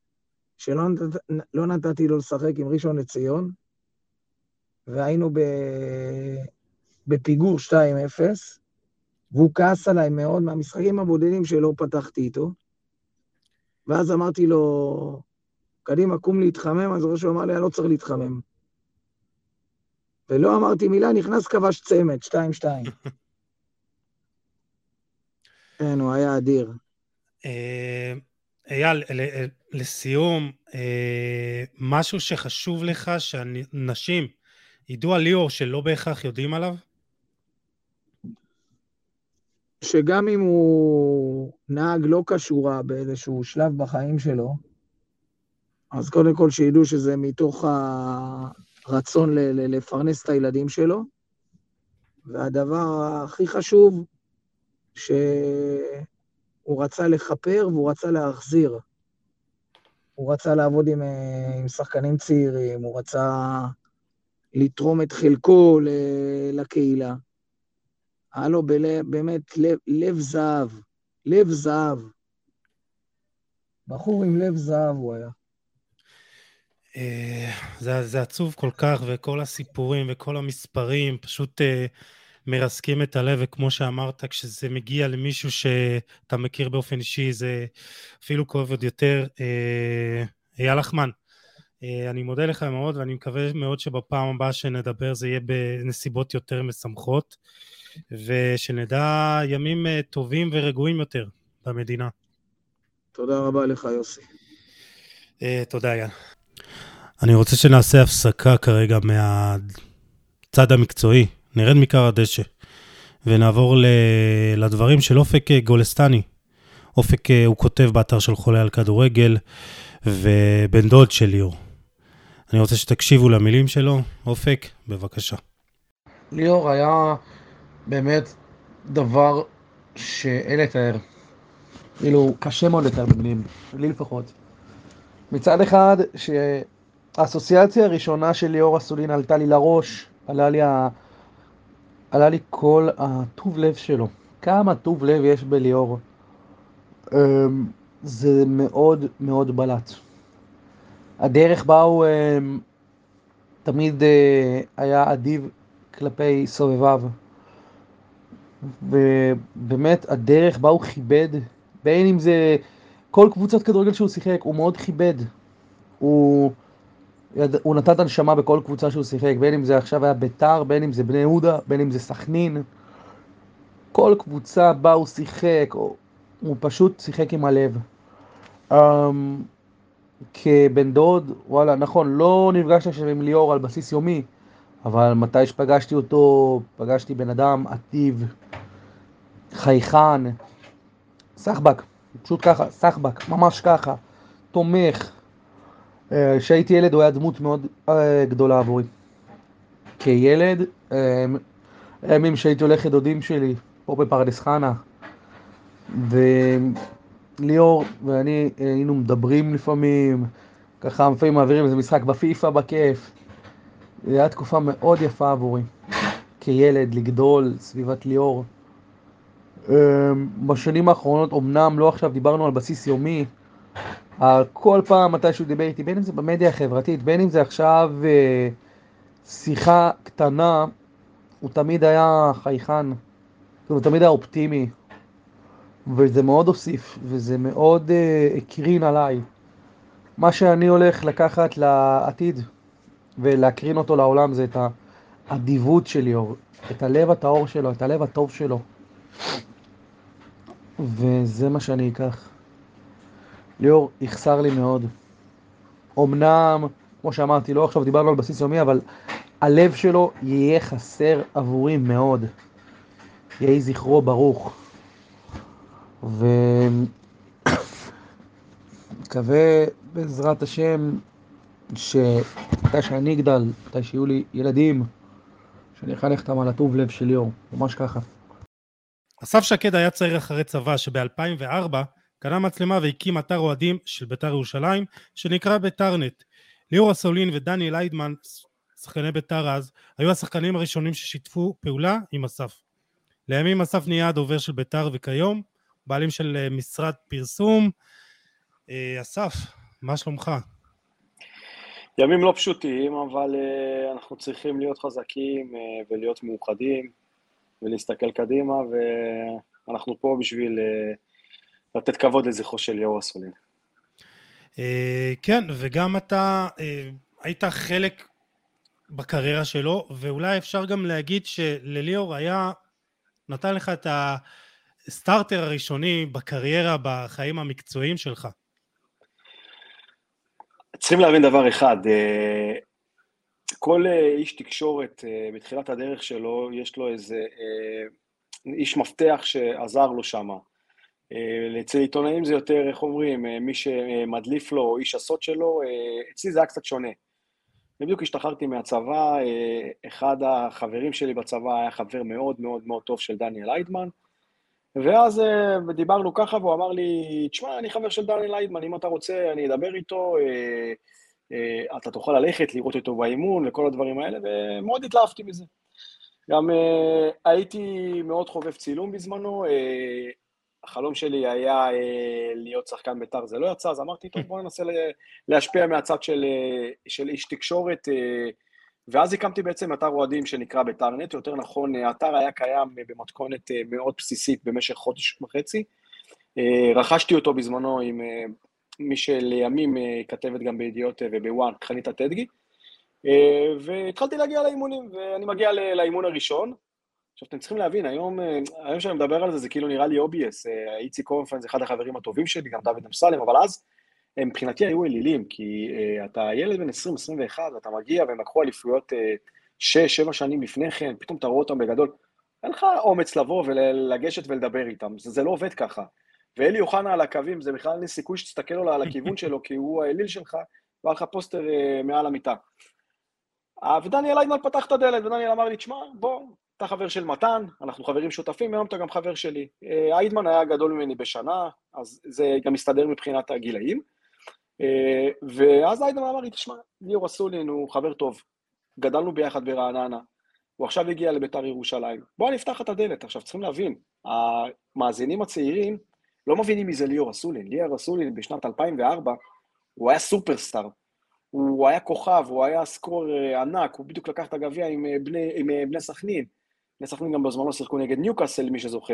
S4: שלא נתתי לו לשחק עם ראשון לציון, והיינו בפיגור 2-0, והוא כעס עליי מאוד, מהמשחקים הבודדים שלא פתחתי איתו, ואז אמרתי לו, קדימה, קום להתחמם, אז ראשו אמר לי, אני לא צריך להתחמם. ולא אמרתי מילה, נכנס כבש צמד, 2-2. כן, הוא היה אדיר.
S3: אייל, לסיום, משהו שחשוב לך שאנשים ידעו על ליאור שלא בהכרח יודעים עליו?
S4: שגם אם הוא נהג לא קשורה באיזשהו שלב בחיים שלו, אז קודם כל שידעו שזה מתוך הרצון לפרנס את הילדים שלו, והדבר הכי חשוב, שהוא רצה לחפר והוא רצה להחזיר. הוא רצה לעבוד עם שחקנים צעירים, הוא רצה לתרום את חלקו לקהילה. היה לו באמת לב זהב. בחור עם לב זהב הוא היה.
S3: זה עצוב כל כך, וכל הסיפורים וכל המספרים פשוט מרסקים את הלב, וכמו שאמרת, כשזה מגיע למישהו שאתה מכיר באופן אישי, זה אפילו כואב עוד יותר. אייל לחמן, אני מודה לך מאוד, ואני מקווה מאוד שבפעם הבאה שנדבר זה יהיה בנסיבות יותר משמחות, ושנדע ימים טובים ורגועים יותר במדינה.
S4: תודה רבה לך, יוסי.
S3: תודה, אייל. אני רוצה שנעשה הפסקה כרגע מהצד המקצועי, נרד מקר הדשא, ונעבור לדברים של אופק גולסטני. אופק הוא כותב באתר של חולה על כדורגל, ובן דוד של ליאור. אני רוצה שתקשיבו למילים שלו. אופק, בבקשה.
S5: ליאור היה באמת דבר שאין לתאר. כאילו, קשה מאוד לתאר במילים, לי לפחות. מצד אחד, שהאסוציאציה הראשונה של ליאור אסולין עלתה לי לראש, עלה לי כל הטוב לב שלו. כמה טוב לב יש בליאור. זה מאוד מאוד בלט. הדרך בה הוא תמיד היה אדיב כלפי סובביו. ובאמת הדרך בה הוא כיבד, בין אם זה כל קבוצת כדורגל שהוא שיחק, הוא מאוד כיבד. הוא נתן את הנשמה בכל קבוצה שהוא שיחק, בין אם זה עכשיו היה ביתר, בין אם זה בני יהודה, בין אם זה סכנין. כל קבוצה בה הוא שיחק, הוא פשוט שיחק עם הלב. כבן דוד, וואלה, נכון, לא נפגשתי עכשיו עם ליאור על בסיס יומי, אבל מתי שפגשתי אותו, פגשתי בן אדם עטיב, חייכן, סחבק, פשוט ככה, סחבק, ממש ככה, תומך. כשהייתי ילד הוא היה דמות מאוד גדולה עבורי. כילד, הימים שהייתי הולך לדודים שלי, פה בפרדס חנה, וליאור ואני היינו מדברים לפעמים, ככה לפעמים מעבירים איזה משחק בפיפה בכיף. זו הייתה תקופה מאוד יפה עבורי, כילד, לגדול, סביבת ליאור. בשנים האחרונות, אמנם לא עכשיו דיברנו על בסיס יומי, כל פעם מתי שהוא דיבר איתי, בין אם זה במדיה החברתית, בין אם זה עכשיו שיחה קטנה, הוא תמיד היה חייכן, הוא תמיד היה אופטימי, וזה מאוד הוסיף, וזה מאוד הקרין עליי. מה שאני הולך לקחת לעתיד ולהקרין אותו לעולם זה את האדיבות של ליאור, את הלב הטהור שלו, את הלב הטוב שלו. וזה מה שאני אקח. ליאור יחסר לי מאוד. אמנם, כמו שאמרתי, לא עכשיו דיברנו על בסיס יומי, אבל הלב שלו יהיה חסר עבורי מאוד. יהי זכרו ברוך. מקווה בעזרת השם שמתי שאני אגדל, מתי שיהיו לי ילדים, שאני אחנך אותם על הטוב לב של ליאור, ממש ככה.
S3: אסף שקד היה צעיר אחרי צבא שב-2004 קנה מצלמה והקים אתר אוהדים של בית"ר ירושלים שנקרא בית"רנט. ליאור אסולין ודניאל היידמן, שחקני בית"ר אז, היו השחקנים הראשונים ששיתפו פעולה עם אסף. לימים אסף נהיה הדובר של בית"ר וכיום בעלים של משרד פרסום. אסף, מה שלומך?
S6: ימים לא פשוטים, אבל אנחנו צריכים להיות חזקים ולהיות מאוחדים ולהסתכל קדימה, ואנחנו פה בשביל לתת כבוד לזכרו של ליאור אסולין.
S3: כן, וגם אתה היית חלק בקריירה שלו, ואולי אפשר גם להגיד שלליאור נתן לך את הסטארטר הראשוני בקריירה, בחיים המקצועיים שלך.
S6: צריכים להבין דבר אחד, כל איש תקשורת בתחילת הדרך שלו, יש לו איזה איש מפתח שעזר לו שמה. אצל עיתונאים זה יותר, איך אומרים, מי שמדליף לו, איש הסוד שלו, אצלי זה היה קצת שונה. בדיוק השתחררתי מהצבא, אחד החברים שלי בצבא היה חבר מאוד מאוד מאוד טוב של דניאל היידמן, ואז דיברנו ככה, והוא אמר לי, תשמע, אני חבר של דניאל היידמן, אם אתה רוצה, אני אדבר איתו, אתה תוכל ללכת, לראות אותו באימון, וכל הדברים האלה, ומאוד התלהבתי מזה. גם הייתי מאוד חובב צילום בזמנו, החלום שלי היה להיות שחקן בית"ר, זה לא יצא, אז אמרתי, טוב, בוא ננסה להשפיע מהצד של איש תקשורת, ואז הקמתי בעצם אתר אוהדים שנקרא בית"רנט, יותר נכון, האתר היה קיים במתכונת מאוד בסיסית במשך חודש וחצי, רכשתי אותו בזמנו עם מי שלימים כתבת גם בידיעות ובוואן, חניתה טדגי, והתחלתי להגיע לאימונים, ואני מגיע לאימון הראשון. עכשיו, אתם צריכים להבין, היום שאני מדבר על זה, זה כאילו נראה לי אובייס, איציק קורנפלד זה אחד החברים הטובים שלי, גם דוד אמסלם, אבל אז מבחינתי היו אלילים, כי אתה ילד בן 20-21, ואתה מגיע והם לקחו אליפויות 6-7 שנים לפני כן, פתאום אתה רואה אותם בגדול, אין לך אומץ לבוא ולגשת ולדבר איתם, זה לא עובד ככה. ואלי אוחנה על הקווים, זה בכלל אין סיכוי שתסתכל לו על הכיוון שלו, כי הוא האליל שלך, ועל לך פוסטר מעל המיטה. ודניאל היידמן פתח את הדלת, ודניאל אמר לי, תשמע, בוא, אתה חבר של מתן, אנחנו חברים שותפים, היום אתה גם חבר שלי. היידמן היה גדול ממני בשנה, אז זה גם מסתדר מבחינת הגילאים. ואז היידמן אמר לי, תשמע, ליאור אסולין הוא חבר טוב, גדלנו ביחד ברעננה, הוא עכשיו הגיע לבית"ר ירושלים. בוא נפתח את הדלת. עכשיו צריכים להבין, המאזינים הצעירים לא מבינים מי זה ליאור אסולין. ליאור אסולין בשנת 2004, הוא היה סופרסטאר. הוא היה כוכב, הוא היה סקור ענק, הוא בדיוק לקח את הגביע עם בני סכנין. בני סכנין גם בזמנו שיחקו נגד ניוקאסל, מי שזוכר.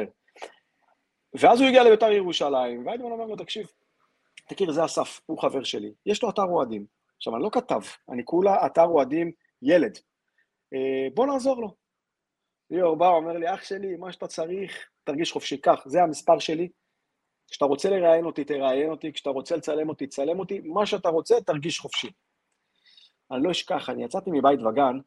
S6: ואז הוא הגיע לבית"ר ירושלים, והיידמן אומר לו, תקשיב, תכיר, זה אסף, הוא חבר שלי. יש לו אתר אוהדים. עכשיו, אני לא כתב, אני כולה אתר אוהדים ילד. בוא נעזור לו. ליאור בא, אומר לי, אח שלי, מה שאתה צריך, תרגיש חופשי. כך, זה המספר שלי. כשאתה רוצה לראיין אותי, תראיין אותי, כשאתה רוצה לצלם אותי, תצלם אותי, מה שאתה רוצה, תרגיש חופשי. אני לא אשכח, אני יצאתי מבית וגן,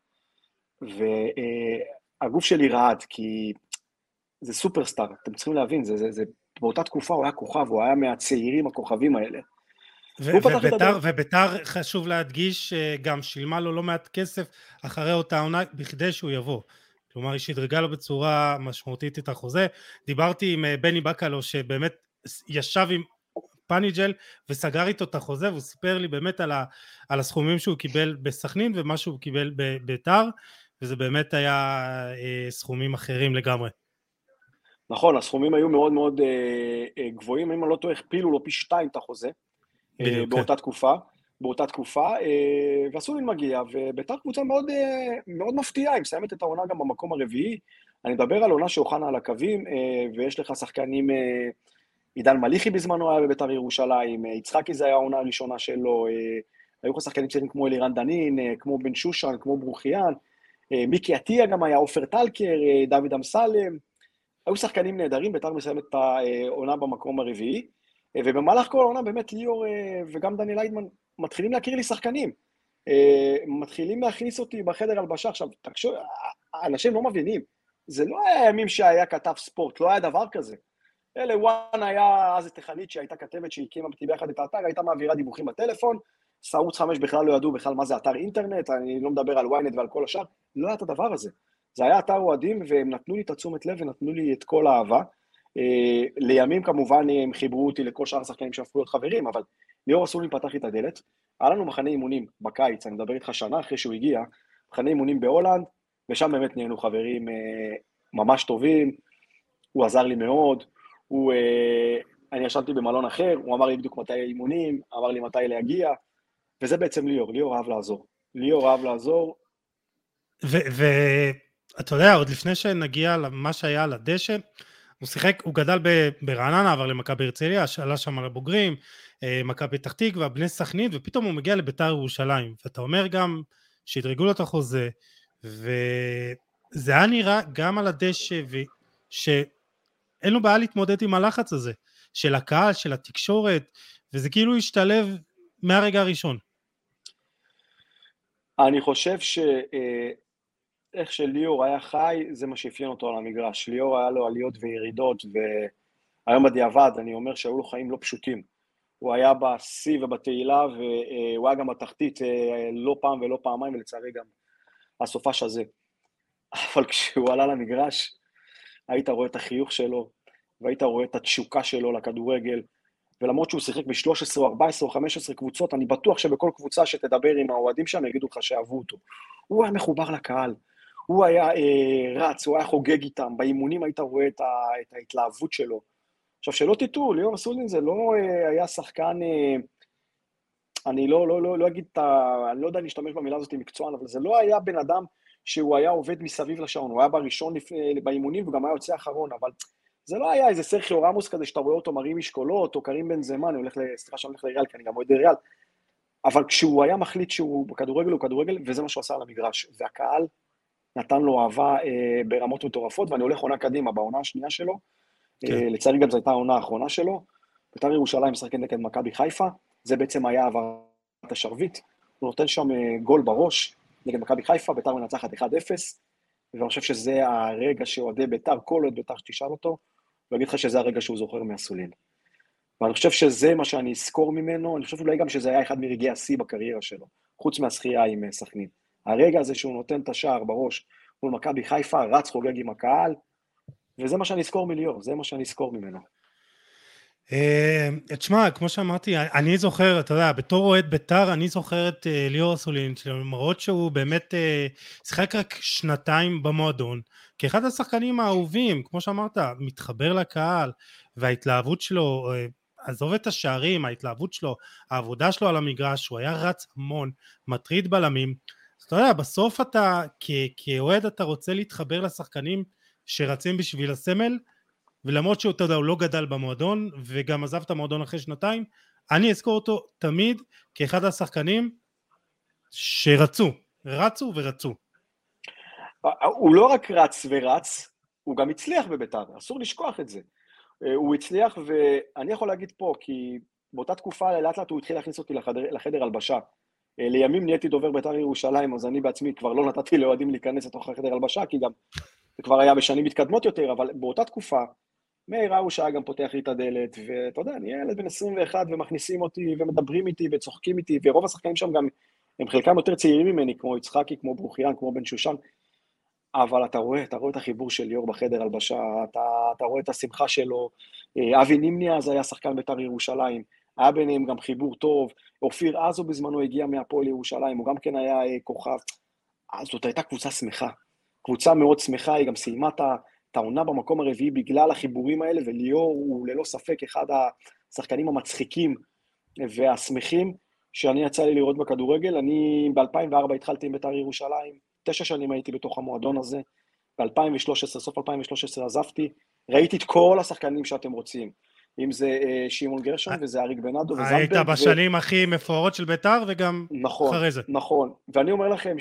S6: והגוף שלי רעד, כי זה סופרסטאר, אתם צריכים להבין, באותה תקופה הוא היה כוכב, הוא היה מהצעירים הכוכבים האלה.
S3: ובית"ר חשוב להדגיש, גם שילמה לו לא מעט כסף אחרי אותה עונה, בכדי שהוא יבוא. כלומר, היא שדרגה לו בצורה משמעותית את החוזה. דיברתי עם בני בקלו, שבאמת ישב עם פניג'ל וסגר איתו את החוזה, והוא סיפר לי באמת על הסכומים שהוא קיבל בסכנין ומה שהוא קיבל בבית"ר, וזה באמת היה סכומים אחרים לגמרי.
S6: נכון, הסכומים היו מאוד מאוד גבוהים, אם אני לא טועה, הכפילו לו פי 2 את החוזה, באותה תקופה, ואסולין מגיע, ובית"ר קבוצה מאוד, מאוד מפתיעה, היא מסיימת את העונה גם במקום הרביעי. אני מדבר על עונה שאוחנה על הקווים, ויש לך שחקנים, עידן מליחי בזמנו היה בבית"ר ירושלים, יצחקי זה היה העונה הראשונה שלו, היו לך שחקנים צעירים כמו אלירן דנין, כמו בן שושן, כמו ברוחיאן, מיקי עטיה גם היה, עופר טלקר, דוד אמסלם, היו שחקנים נהדרים, בית"ר מסיימת את העונה במקום הרביעי, ובמהלך כל העונה באמת ליאור וגם דניאל היידמן מתחילים להכיר לי שחקנים, מתחילים להכניס אותי בחדר הלבשה. עכשיו, תקשור, אנשים לא מבינים, זה לא היה ימים שהיה כתב ספורט, לא היה דבר כזה. וואן היה אז תכנית שהייתה כתבת שהקימה ביחד את האתר, הייתה מעבירה דיווחים בטלפון, ערוץ 5 בכלל לא ידעו בכלל מה זה אתר אינטרנט, אני לא מדבר על וויינט ועל כל השאר, לא היה את הדבר הזה. זה היה אתר אוהדים, והם נתנו לי את התשומת לב ונתנו לי את כל האהבה. לימים כמובן הם חיברו אותי לכל שאר השחקנים שהפכו להיות חברים, אבל ליאור אסולין פתח לי את הדלת. היה לנו מחנה אימונים בקיץ, אני מדבר איתך שנה אחרי שהוא הגיע, מחנה אימונים בהולנד, ושם באמת נהיינו חברים ממש טובים, הוא עזר לי מאוד, אני ישנתי במלון אחר, הוא אמר לי בדיוק מתי האימונים, אמר לי מתי להגיע, וזה בעצם ליאור אהב לעזור. ליאור אהב לעזור.
S3: ואתה יודע, עוד לפני שנגיע למה שהיה על הדשא, הוא שיחק, הוא גדל ברעננה, עבר למכבי הרצליה, עלה שם לבוגרים, מכבי פתח תקווה, בני סכנין, ופתאום הוא מגיע לביתר ירושלים, ואתה אומר גם שהדרגו לו את החוזה, וזה היה נראה גם על הדשא, שאין לו בעיה להתמודד עם הלחץ הזה, של הקהל, של התקשורת, וזה כאילו השתלב מהרגע הראשון.
S6: אני חושב איך שליאור היה חי, זה מה שאפיין אותו על המגרש. ליאור היה לו עליות וירידות, והיום בדיעבד אני אומר שהיו לו חיים לא פשוטים. הוא היה בשיא ובתהילה, והוא היה גם בתחתית לא פעם ולא פעמיים, ולצערי גם הסופש הזה. אבל כשהוא עלה למגרש, היית רואה את החיוך שלו, והיית רואה את התשוקה שלו לכדורגל, ולמרות שהוא שיחק ב-13 או 14 או 15 קבוצות, אני בטוח שבכל קבוצה שתדבר עם האוהדים שם, יגידו לך שאהבו אותו. הוא היה מחובר לקהל, הוא היה רץ, הוא היה חוגג איתם, באימונים היית רואה את ההתלהבות שלו. עכשיו, שלא תטעו, ליאור אסולין זה לא היה שחקן, אני לא אגיד, אני לא יודע להשתמש במילה הזאת מקצוען, אבל זה לא היה בן אדם שהוא היה עובד מסביב לשעון, הוא היה בראשון באימונים וגם היה יוצא אחרון, אבל זה לא היה איזה סרחיו רמוס כזה שאתה רואה אותו מרים משקולות, או קרים בן זמן, אני הולך לריאל, כי אני גם אוהד ריאל, אבל כשהוא היה מחליט שהוא בכדורגל, הוא כדורגל, וזה מה שהוא עשה על המגרש, והקהל נתן לו אהבה ברמות מטורפות, ואני הולך עונה קדימה, בעונה השנייה שלו, לצערי גם זו הייתה העונה האחרונה שלו, בית"ר ירושלים משחקת נגד מכבי חיפה, זה בעצם היה העברת השרביט, הוא נותן שם גול בראש, נגד מכבי חיפה, בית"ר מנצחת 1-0, ואני חושב שזה הרגע שאוהדי בית"ר, כל עוד בית"ר שתשאל אותו, ואגיד לך שזה הרגע שהוא זוכר מאסולין. ואני חושב שזה מה שאני אזכור ממנו, אני חושב אולי גם שזה היה אחד מרגעי השיא בקריירה שלו, חוץ מהשחייה עם סכנין. הרגע הזה שהוא נותן את השער בראש מול מכבי חיפה, רץ חוגג עם הקהל, וזה מה שאני אזכור מליאור, זה מה שאני אזכור ממנו.
S3: תשמע, כמו שאמרתי, אני זוכר, אתה יודע, בתור אוהד בית"ר, אני זוכר את ליאור אסולין, למרות שהוא באמת שיחק רק 2 במועדון, כאחד השחקנים האהובים, כמו שאמרת, מתחבר לקהל, וההתלהבות שלו, עזוב את השערים, ההתלהבות שלו, העבודה שלו על המגרש, הוא היה רץ המון, מטריד בלמים, אז אתה יודע, בסוף אתה, כאוהד אתה רוצה להתחבר לשחקנים שרצים בשביל הסמל, ולמרות שהוא, אתה יודע, הוא לא גדל במועדון, וגם עזב את המועדון אחרי 2, אני אזכור אותו תמיד כאחד השחקנים שרצו, רצו ורצו.
S6: הוא לא רק רץ ורץ, הוא גם הצליח בבית"ר, אסור לשכוח את זה. הוא הצליח, ואני יכול להגיד פה, כי באותה תקופה, לאט לאט הוא התחיל להכניס אותי לחדר הלבשה. לימים נהייתי דובר בית"ר ירושלים, אז אני בעצמי כבר לא נתתי לאוהדים להיכנס לתוך החדר הלבשה, כי גם זה כבר היה בשנים מתקדמות יותר, אבל באותה תקופה, מאיר ארוש היה גם פותח לי את הדלת, ואתה יודע, אני ילד בן 21 ומכניסים אותי ומדברים איתי וצוחקים איתי, ורוב השחקנים שם גם, הם חלקם יותר צעירים ממני, כמו יצחקי, כמו ברוחיאן, כמו בן שושן, אבל אתה רואה את החיבור של ליאור בחדר הלבשה, אתה רואה את השמחה שלו, אבי נימני אז היה שחקן בית"ר ירושלים, היה ביניהם גם חיבור טוב, אופיר עזו בזמנו הגיע מהפועל ירושלים, הוא גם כן היה כוכב, אז זאת הייתה קבוצה שמחה, קבוצה מאוד שמחה, היא גם סיימה את העונה במקום הרביעי בגלל החיבורים האלה, וליאור הוא ללא ספק אחד השחקנים המצחיקים והשמחים שאני יצא לי לראות בכדורגל. אני ב-2004 התחלתי עם בית"ר ירושלים, 9 שנים הייתי בתוך המועדון הזה, ב-2013, סוף 2013 עזבתי, ראיתי את כל השחקנים שאתם רוצים, אם זה שמעון גרשון וזה אריק בנאדו וזנדברג.
S3: היית בשנים הכי מפוארות של בית"ר וגם אחרי זה.
S6: נכון, ואני אומר לכם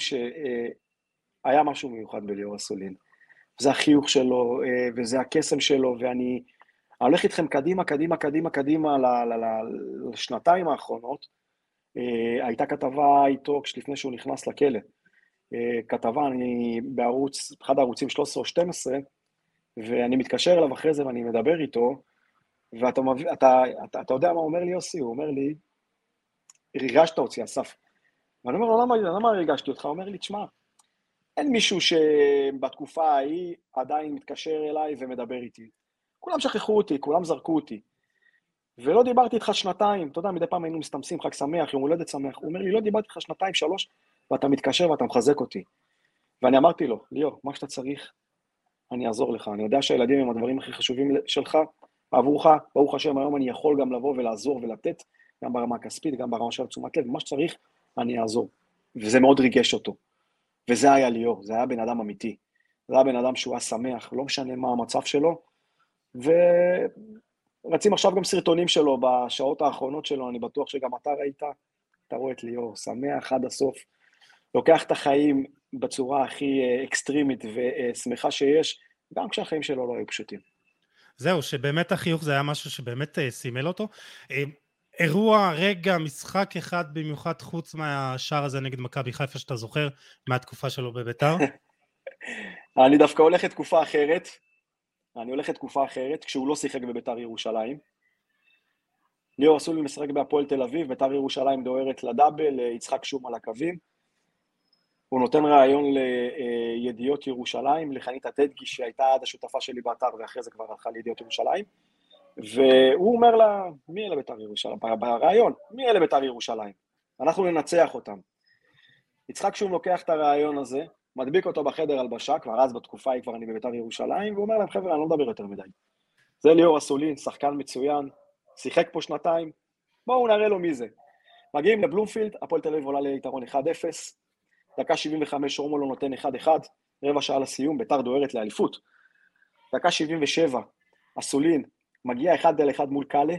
S6: שהיה משהו מיוחד בליאור אסולין. זה החיוך שלו, וזה הקסם שלו, ואני הולך איתכם קדימה לשנתיים האחרונות. הייתה כתבה איתו לפני שהוא נכנס לכלא. כתבה, אני באחד הערוצים 13 או 12, ואני מתקשר אליו אחרי זה ואני מדבר איתו, ואתה יודע מה אומר לי יוסי? הוא אומר לי, ריגשת אותי, אסף. ואני אומר לו, למה ריגשתי אותך? הוא אומר לי, תשמע, אין מישהו שבתקופה ההיא עדיין מתקשר אליי ומדבר איתי. כולם שכחו אותי, כולם זרקו אותי. ולא דיברתי איתך שנתיים, אתה יודע, מדי פעם היינו מסתמסים, חג שמח, יום הולדת שמח. הוא אומר לי, לא דיברתי איתך שנתיים, 3, ואתה מתקשר ואתה מחזק אותי. ואני אמרתי לו, ליאור, מה שאתה צריך, אני אעזור לך. אני יודע שהילדים הם הדברים הכי חשובים שלך, עבורך, ברוך השם, היום אני יכול גם לבוא ולעזור ולתת, גם ברמה הכספית, גם ברמה של תשומת לב, ומה שצריך, אני אעזור. וזה מאוד ריגש אותו. וזה היה ליאור, זה היה בן אדם אמיתי. זה היה בן אדם שהוא היה שמח, לא משנה מה המצב שלו, ורצים עכשיו גם סרטונים שלו בשעות האחרונות שלו, אני בטוח שגם אתה ראית, אתה רואה את ליאור, שמח עד הסוף, לוקח את החיים בצורה הכי אקסטרימית ושמחה שיש, גם כשהחיים שלו לא היו פשוטים.
S3: זהו, שבאמת החיוך זה היה משהו שבאמת סימל אותו. אירוע, רגע, משחק אחד במיוחד חוץ מהשער הזה נגד מכבי חיפה שאתה זוכר מהתקופה שלו בביתר?
S6: אני דווקא הולך לתקופה אחרת, כשהוא לא שיחק בביתר ירושלים. ליאור אסולין משחק בהפועל תל אביב, ביתר ירושלים דוהרת לדאבל, יצחק שום על הקווים. הוא נותן רעיון לידיעות ירושלים, לחנית הטדגי שהייתה עד השותפה שלי באתר, ואחרי זה כבר הלכה לידיעות ירושלים. והוא אומר לה, מי אלה ביתר ירושלים? ברעיון, מי אלה ביתר ירושלים? אנחנו ננצח אותם. יצחק שום לוקח את הרעיון הזה, מדביק אותו בחדר הלבשה, כבר אז בתקופה היא כבר אני בביתר ירושלים, והוא אומר להם, חבר'ה, אני לא מדבר יותר מדי. זה ליאור אסולין, שחקן מצוין, שיחק פה 2, בואו נראה לו מי זה. מגיעים לבלומפילד, הפועל תל אביב עולה ליתרון 1-0, דקה 75 רומולו נותן 1-1, רבע שעה לסיום, ביתר דוהרת לאליפות. דקה 77, אסולין מגיע 1-1 מול קאלה,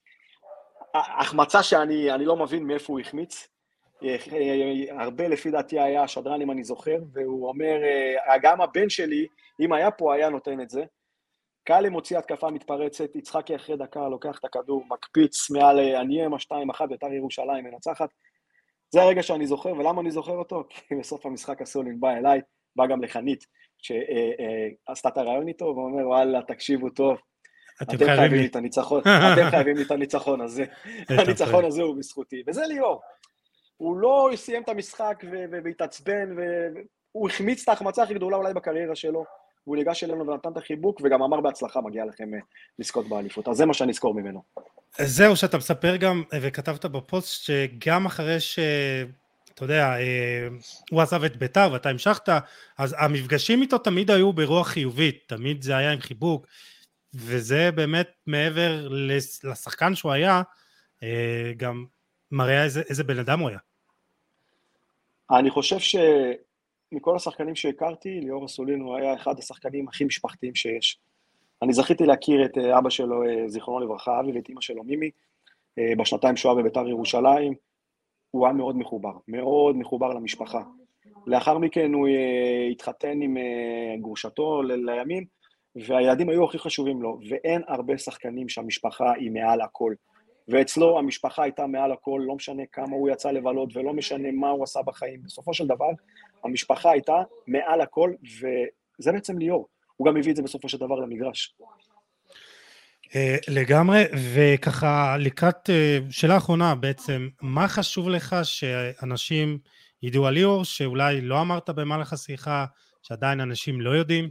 S6: החמצה שאני לא מבין מאיפה הוא החמיץ, הרבה לפי דעתי היה השדרן אם אני זוכר, והוא אומר, גם הבן שלי, אם היה פה היה נותן את זה, קאלה מוציא התקפה מתפרצת, יצחקי אחרי דקה לוקח את הכדור, מקפיץ מעל עניימה 2-1, ביתר ירושלים מנצחת, זה הרגע שאני זוכר, ולמה אני זוכר אותו? כי בסוף המשחק אסולין בא אליי, בא גם לחנית, שעשתה את הרעיון איתו, ואומר, וואלה, תקשיבו טוב, אתם חייבים לי את הניצחון, אתם חייבים לי את הניצחון הזה, הניצחון הזה הוא בזכותי, וזה ליאור, הוא לא סיים את המשחק והתעצבן, והוא החמיץ את ההחמצה הכי גדולה אולי בקריירה שלו, והוא ניגש אלינו ונתן את החיבוק, וגם אמר בהצלחה, מגיע לכם לזכות באליפות, אז זה מה שאני אזכור ממנו.
S3: זהו, שאתה מספר גם, וכתבת בפוסט, שגם אחרי אתה יודע, הוא עזב את ביתר ואתה המשכת, אז המפגשים איתו תמיד היו ברוח חיובית, תמיד זה היה עם חיבוק, וזה באמת מעבר לשחקן שהוא היה, גם מראה איזה בן אדם הוא היה.
S6: אני חושב שמכל השחקנים שהכרתי, ליאור אסולין הוא היה אחד השחקנים הכי משפחתיים שיש. אני זכיתי להכיר את אבא שלו, זיכרונו לברכה, אבי, ואת אמא שלו, מימי, בשנתיים שהוא היה בביתר ירושלים, הוא היה מאוד מחובר, מאוד מחובר למשפחה. לאחר מכן הוא התחתן עם גרושתו לימים, והילדים היו הכי חשובים לו, ואין הרבה שחקנים שהמשפחה היא מעל הכל. ואצלו המשפחה הייתה מעל הכל, לא משנה כמה הוא יצא לבלות, ולא משנה מה הוא עשה בחיים. בסופו של דבר, המשפחה הייתה מעל הכל, וזה בעצם ליאור. הוא גם הביא את זה בסופו של דבר למגרש.
S3: לגמרי, וככה לקראת שאלה האחרונה בעצם, מה חשוב לך שאנשים ידעו על ליאור, שאולי לא אמרת במהלך השיחה, שעדיין אנשים לא יודעים?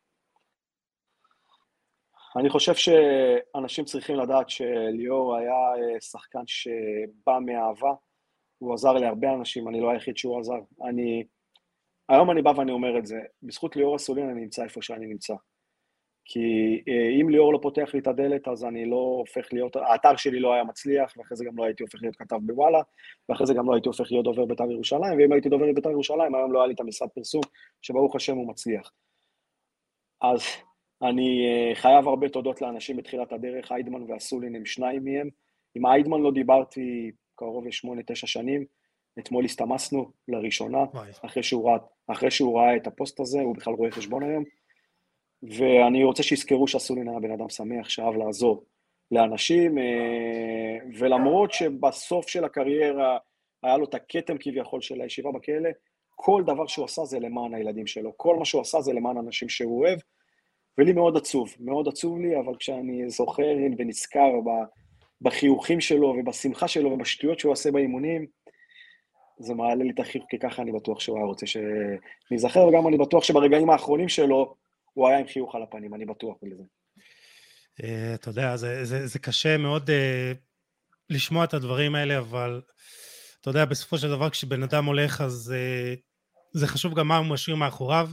S6: אני חושב שאנשים צריכים לדעת שליאור היה שחקן שבא מאהבה, הוא עזר להרבה אנשים, אני לא היחיד שהוא עזר. היום אני בא ואני אומר את זה, בזכות ליאור אסולין אני נמצא איפה שאני נמצא. כי אם ליאור לא פותח לי את הדלת, אז אני לא הופך להיות, האתר שלי לא היה מצליח, ואחרי זה גם לא הייתי הופך להיות כתב בוואלה, ואחרי זה גם לא הייתי הופך להיות דובר בית"ר ירושלים, ואם הייתי דובר בית"ר ירושלים, היום לא היה לי את המשרד פרסום, שברוך השם הוא מצליח. אז אני חייב הרבה תודות לאנשים בתחילת הדרך, איידמן ואסולין הם שניים מהם. עם איידמן לא דיברתי קרוב ל8-9 שנים, אתמול הסתמסנו לראשונה, אחרי שהוא ראה את הפוסט הזה, הוא בכלל רואה חשבון היום, ואני רוצה שיזכרו שאסולין היה בן אדם שמח, שאהב לעזור לאנשים, ולמרות שבסוף של הקריירה היה לו את הכתם כביכול של הישיבה בכלא, כל דבר שהוא עשה זה למען הילדים שלו, כל מה שהוא עשה זה למען אנשים שהוא אוהב, ולי מאוד עצוב לי, אבל כשאני זוכר ונזכר בחיוכים שלו ובשמחה שלו ובשטויות שהוא עושה באימונים, זה מעלה לי את החיוך, כי ככה אני בטוח שהוא היה רוצה שנזכר, וגם אני בטוח שברגעים האחרונים שלו, הוא היה עם חיוך על הפנים, אני בטוח בזה.
S3: אתה יודע, זה קשה מאוד לשמוע את הדברים האלה, אבל אתה יודע, בסופו של דבר כשבן אדם הולך, אז זה חשוב גם מה הוא משאיר מאחוריו,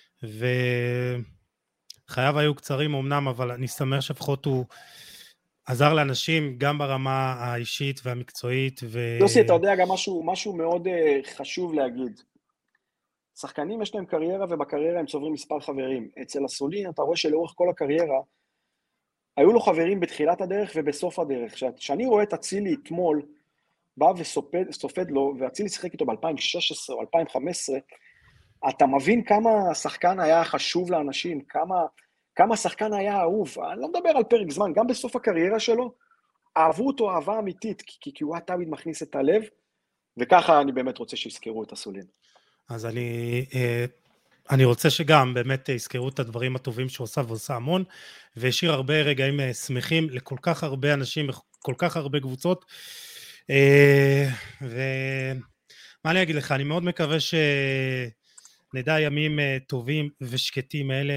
S3: וחייו היו קצרים אמנם, אבל אני שמח שפחות הוא עזר לאנשים גם ברמה האישית והמקצועית.
S6: יוסי, אתה יודע גם משהו מאוד חשוב להגיד. שחקנים יש להם קריירה, ובקריירה הם צוברים מספר חברים. אצל אסולין אתה רואה שלאורך כל הקריירה, היו לו חברים בתחילת הדרך ובסוף הדרך. כשאני רואה את אצילי אתמול, בא וסופד לו, ואצילי שיחק איתו ב-2016 או 2015, אתה מבין כמה השחקן היה חשוב לאנשים, כמה השחקן היה אהוב. אני לא מדבר על פרק זמן, גם בסוף הקריירה שלו, אהבו אותו אהבה אמיתית, כי הוא היה תמיד מכניס את הלב, וככה אני באמת רוצה שיזכרו את אסולין.
S3: אז אני רוצה שגם באמת יזכרו את הדברים הטובים שהוא עושה, ועושה המון, והשאיר הרבה רגעים שמחים לכל כך הרבה אנשים, כל כך הרבה קבוצות, ומה אני אגיד לך, אני מאוד מקווה שנדע ימים טובים ושקטים אלה,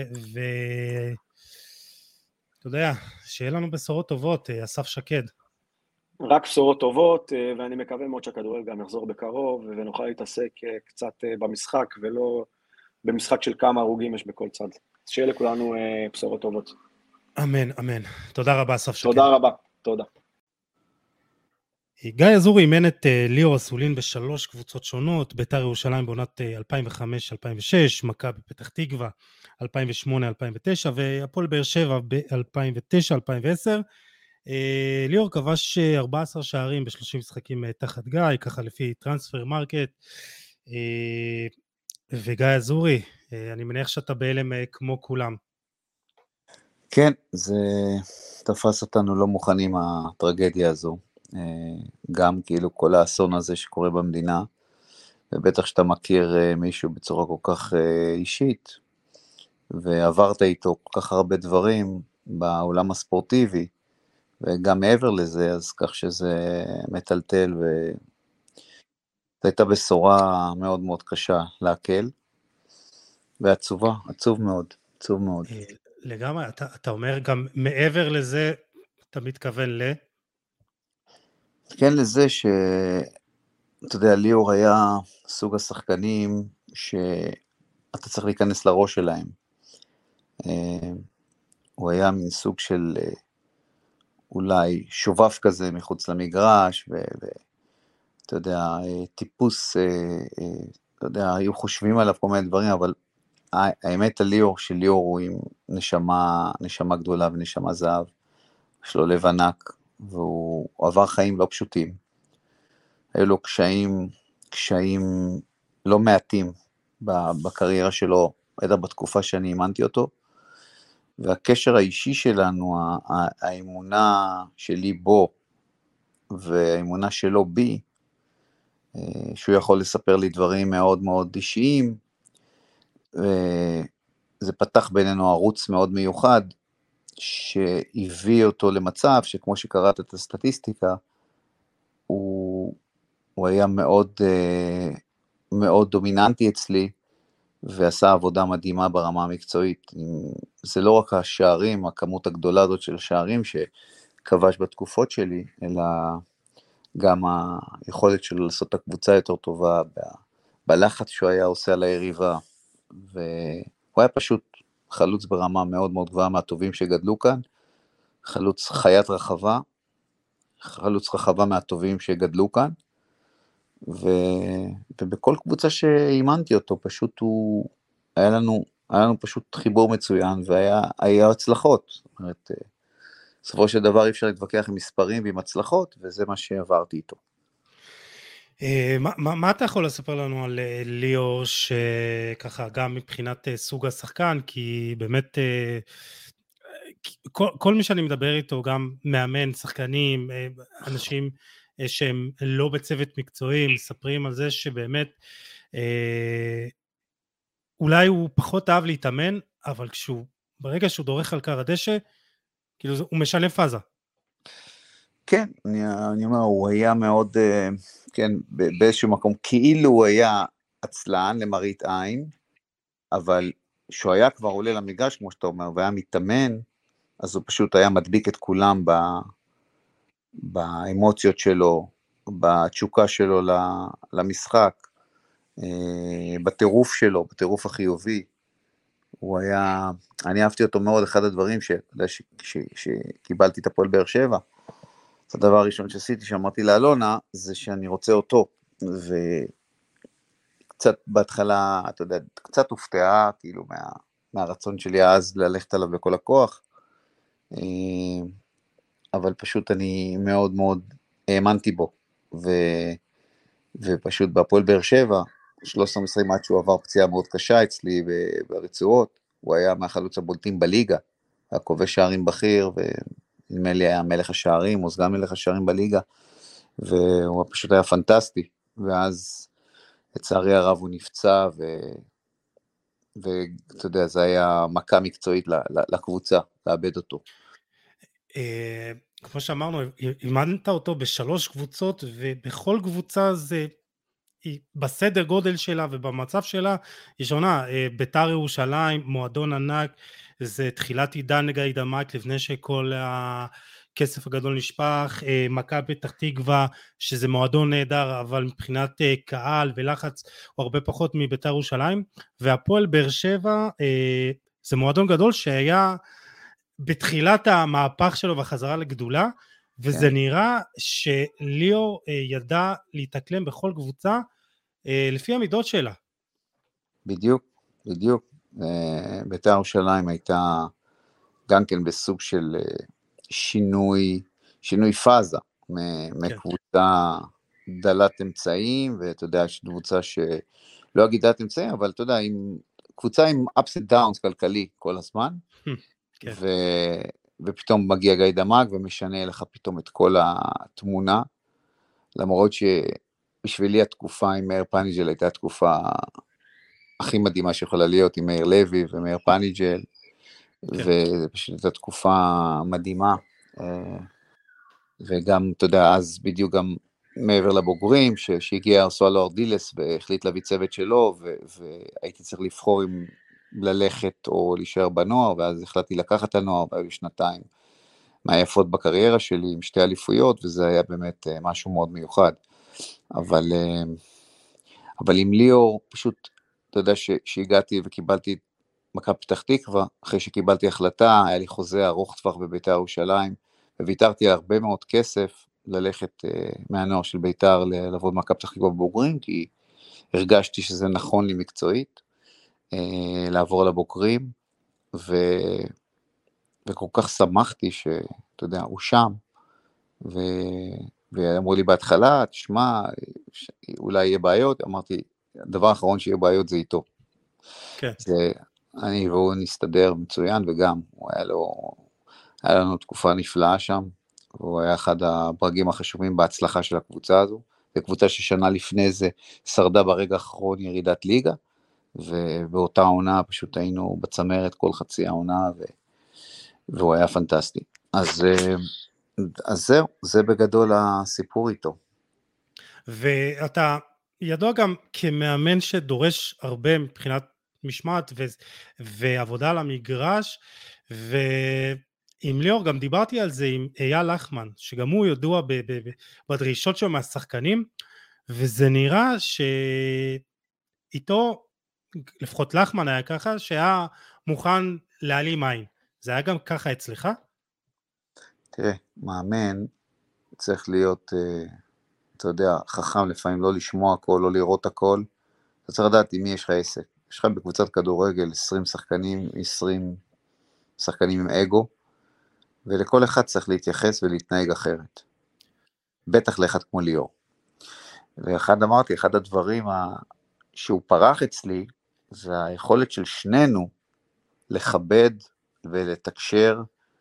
S3: ואתה יודע, שיהיה לנו בשורות טובות, אסף שקד.
S6: רק בשורות טובות, ואני מקווה מאוד שהכדורגל גם יחזור בקרוב, ונוכל להתעסק קצת במשחק, ולא במשחק של כמה הרוגים יש בכל צד. שיהיה לכולנו בשורות טובות.
S3: אמן, אמן. תודה רבה, אסף שקד.
S6: תודה רבה, תודה.
S3: גיא אזורי אימן את ליאור אסולין בשלוש קבוצות שונות, בית"ר ירושלים בעונת 2005-2006, מכבי פתח תקווה 2008-2009, והפועל באר שבע ב-2009-2010. ליאור כבש 14 שערים ב-30 משחקים תחת גיא, ככה לפי טרנספר מרקט. וגיא אזורי, אני מניח שאתה בהלם כמו כולם.
S7: כן, זה תפס אותנו לא מוכנים הטרגדיה הזו. גם כאילו כל האסון הזה שקורה במדינה, ובטח שאתה מכיר מישהו בצורה כל כך אישית, ועברת איתו כל כך הרבה דברים בעולם הספורטיבי, וגם מעבר לזה, אז כך שזה מטלטל, וזו הייתה בשורה מאוד מאוד קשה להקל, ועצובה, עצוב מאוד, עצוב מאוד.
S3: לגמרי, אתה אומר גם מעבר לזה, אתה מתכוון
S7: כן, לזה אתה יודע, ליאור היה סוג השחקנים שאתה צריך להיכנס לראש שלהם. הוא היה מין סוג של אולי שובב כזה מחוץ למגרש, ואתה יודע, טיפוס, אתה יודע, היו חושבים עליו כל מיני דברים, אבל האמת הליאור של ליאור הוא עם נשמה גדולה ונשמה זהב, יש לו לב ענק, והוא עבר חיים לא פשוטים. היו לו קשיים לא מעטים בקריירה שלו, בטח בתקופה שאני אימנתי אותו, והקשר האישי שלנו, האמונה שלי בו, והאמונה שלו בי, שהוא יכול לספר לי דברים מאוד מאוד אישיים, וזה פתח בינינו ערוץ מאוד מיוחד, שהביא אותו למצב שכמו שקראת את הסטטיסטיקה, הוא היה מאוד, מאוד דומיננטי אצלי, ועשה עבודה מדהימה ברמה המקצועית. זה לא רק השערים, הכמות הגדולה הזאת של השערים שכבש בתקופות שלי, אלא גם היכולת שלו לעשות את הקבוצה יותר טובה, בלחץ שהוא היה עושה על היריבה, והוא היה פשוט חלוץ ברמה מאוד מאוד גבוהה מהטובים שגדלו כאן, חלוץ חיית רחבה, חלוץ רחבה מהטובים שגדלו כאן, ובכל קבוצה שאימנתי אותו, פשוט היה לנו פשוט חיבור מצוין, והיה הצלחות. זאת אומרת, בסופו של דבר אי אפשר להתווכח עם מספרים ועם הצלחות, וזה מה שעברתי איתו.
S3: מה אתה יכול לספר לנו על ליאור, שככה גם מבחינת סוג השחקן, כי באמת כל מי שאני מדבר איתו, גם מאמן, שחקנים, אנשים שהם לא בצוות מקצועי, מספרים על זה שבאמת אולי הוא פחות אהב להתאמן, אבל ברגע שהוא דורך על קר הדשא, כאילו הוא משנה פאזה.
S7: כן, אני אומר, הוא היה מאוד, כן, באיזשהו מקום, כאילו הוא היה עצלן למראית עין, אבל כשהוא היה כבר עולה למגרש, כמו שאתה אומר, והיה מתאמן, אז הוא פשוט היה מדביק את כולם באמוציות שלו, בתשוקה שלו למשחק, בטירוף שלו, בטירוף החיובי. הוא היה, אני אהבתי אותו מאוד, אחד הדברים שקיבלתי את הפועל באר שבע, זה הדבר הראשון שעשיתי, שאמרתי לאלונה, זה שאני רוצה אותו, וקצת בהתחלה, אתה יודע, קצת הופתעה, כאילו, מהרצון שלי אז ללכת עליו בכל הכוח, אבל פשוט אני מאוד מאוד האמנתי בו, ופשוט בהפועל באר שבע, 13 משחקים עד שהוא עבר פציעה מאוד קשה אצלי ברצועות, הוא היה מהחלוץ הבולטים בליגה, היה כובש שערים בכיר, ונדמה לי היה מלך השערים, או סגן מלך השערים בליגה, והוא פשוט היה פנטסטי, ואז לצערי הרב הוא נפצע, ואתה יודע, זה היה מכה מקצועית לקבוצה, לאבד אותו.
S3: כמו שאמרנו, אימנת אותו בשלוש קבוצות, ובכל קבוצה זה בסדר גודל שלה ובמצב שלה היא שונה. בית"ר ירושלים, מועדון ענק, זה תחילת עידן גיא דמק לפני שכל הכסף הגדול נשפך. מכבי פתח תקווה, שזה מועדון נהדר, אבל מבחינת קהל ולחץ הוא הרבה פחות מבית"ר ירושלים. והפועל באר שבע זה מועדון גדול שהיה בתחילת המהפך שלו והחזרה לגדולה, וזה נראה שליאור ידע להתאקלם בכל קבוצה לפי המידות שלה.
S7: בדיוק. בית"ר ירושלים הייתה גם כן בסוג של שינוי פאזה, מקבוצה דלת אמצעים, ואתה יודע, יש קבוצה שלא אגיד דלת אמצעים, אבל אתה יודע, קבוצה עם ups and downs כלכלי כל הזמן, ופתאום מגיע גיא דמק ומשנה לך פתאום את כל התמונה, למרות שבשבילי התקופה עם מאיר פניג'ל הייתה התקופה הכי מדהימה שיכולה להיות, עם מאיר לוי ומאיר פניג'ל, ופשוט הייתה תקופה מדהימה, וגם, אתה יודע, אז בדיוק גם מעבר לבוגרים, שהגיע ארסואלו ארדילס והחליט להביא צוות שלו, והייתי צריך לבחור אם ללכת או להישאר בנוער, ואז החלטתי לקחת את הנוער, והיו שנתיים מהיפות בקריירה שלי, עם 2 אליפויות, וזה היה באמת משהו מאוד מיוחד. אבל עם ליאור, פשוט, אתה יודע, שהגעתי וקיבלתי מכבי פתח תקווה, אחרי שקיבלתי החלטה, היה לי חוזה ארוך טווח בבית"ר ירושלים, וויתרתי הרבה מאוד כסף ללכת מהנוער של בית"ר לעבוד מכבי פתח תקווה בבוגרים, כי הרגשתי שזה נכון לי מקצועית, לעבור לבוגרים, וכל כך שמחתי שאתה יודע, הוא שם, ואמרו לי בהתחלה, תשמע, אולי יהיה בעיות, אמרתי, הדבר האחרון שיהיה בעיות זה איתו.
S3: כן.
S7: אני והוא נסתדר מצוין, וגם, היה לנו תקופה נפלאה שם, והוא היה אחד הברגים החשובים בהצלחה של הקבוצה הזו, זו קבוצה ששנה לפני זה שרדה ברגע האחרון ירידת ליגה, ובאותה עונה פשוט היינו בצמרת כל חצי העונה, והוא היה פנטסטי. אז זהו, זה בגדול הסיפור איתו.
S3: ואתה ידוע גם כמאמן שדורש הרבה מבחינת משמעת ועבודה על המגרש, ועם ליאור גם דיברתי על זה עם אייל לחמן, שגם הוא ידוע בדרישות שלו מהשחקנים, וזה נראה שאיתו, לפחות לחמן היה ככה, שהיה מוכן להעלים עין. זה היה גם ככה אצלך?
S7: תראה, מאמן צריך להיות, אתה יודע, חכם לפעמים, לא לשמוע הכל, לא לראות הכל. אתה צריך לדעת עם מי יש לך עסק. יש לך בקבוצת כדורגל 20 שחקנים, 20 שחקנים עם אגו, ולכל אחד צריך להתייחס ולהתנהג אחרת. בטח לאחד כמו ליאור. אמרתי, אחד הדברים שהוא פרח אצלי, זה היכולת של שנינו לכבד ולתקשר,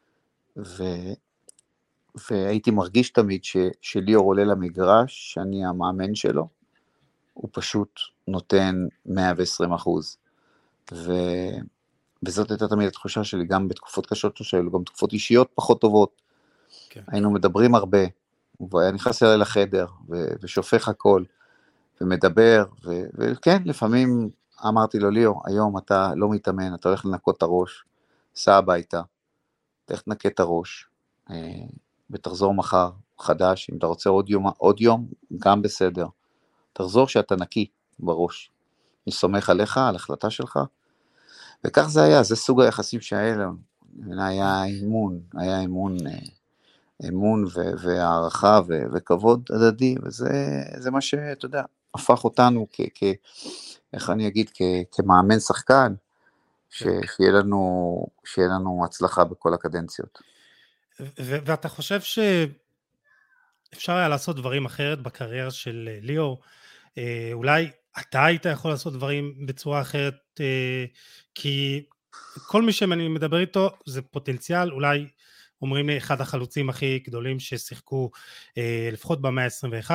S7: והייתי מרגיש תמיד שליאור עולה למגרש, שאני המאמן שלו, הוא פשוט נותן 120%. וזאת הייתה תמיד התחושה שלי, גם בתקופות קשות שהיו, גם תקופות אישיות פחות טובות.
S3: כן.
S7: היינו מדברים הרבה, והוא היה נכנס אליי לחדר, ושופך הכל, ומדבר, וכן, לפעמים אמרתי לו, ליאור, היום אתה לא מתאמן, אתה הולך לנקות את הראש, סע הביתה, תלך תנקה את הראש, ותחזור מחר חדש, אם אתה רוצה עוד יום, גם בסדר, תחזור שאתה נקי בראש, אני סומך עליך, על החלטה שלך, וכך זה היה, זה סוג היחסים שהיה לנו, היה אמון והערכה וכבוד הדדי, וזה מה שאתה יודע, הפך אותנו איך אני אגיד, כמאמן שחקן, שיהיה לנו הצלחה בכל הקדנציות.
S3: ואתה חושב שאפשר היה לעשות דברים אחרת בקריירה של ליאור? אולי אתה היית יכול לעשות דברים בצורה אחרת, כי כל מי שאני מדבר איתו זה פוטנציאל, אולי אומרים לי אחד החלוצים הכי גדולים ששיחקו לפחות במאה ה-21,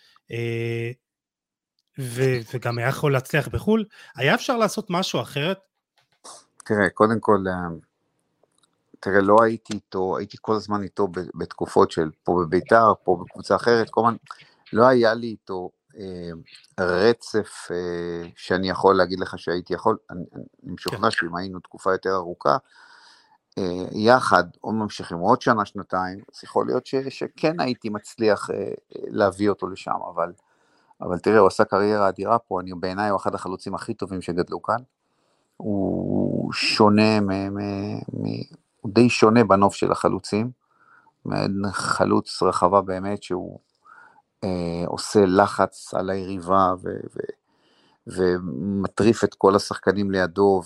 S3: וגם היה יכול להצליח בחול. היה אפשר לעשות משהו אחרת?
S7: תראה, קודם כל, לא הייתי איתו, הייתי כל הזמן איתו בתקופות של פה בביתר, פה בקבוצה אחרת, כל הזמן, לא היה לי איתו רצף שאני יכול להגיד לך שהייתי יכול, אני משוכנע שאם היינו תקופה יותר ארוכה, יחד, או ממשיכים עוד שנה, שנתיים, אז יכול להיות שכן הייתי מצליח להביא אותו לשם, אבל תראה, הוא עשה קריירה אדירה פה, בעיניי הוא אחד החלוצים הכי טובים שגדלו כאן, הוא שונה, הוא די שונה בנוף של החלוצים, חלוץ רחבה באמת, שהוא עושה לחץ על היריבה, ומטריף את כל השחקנים לידו,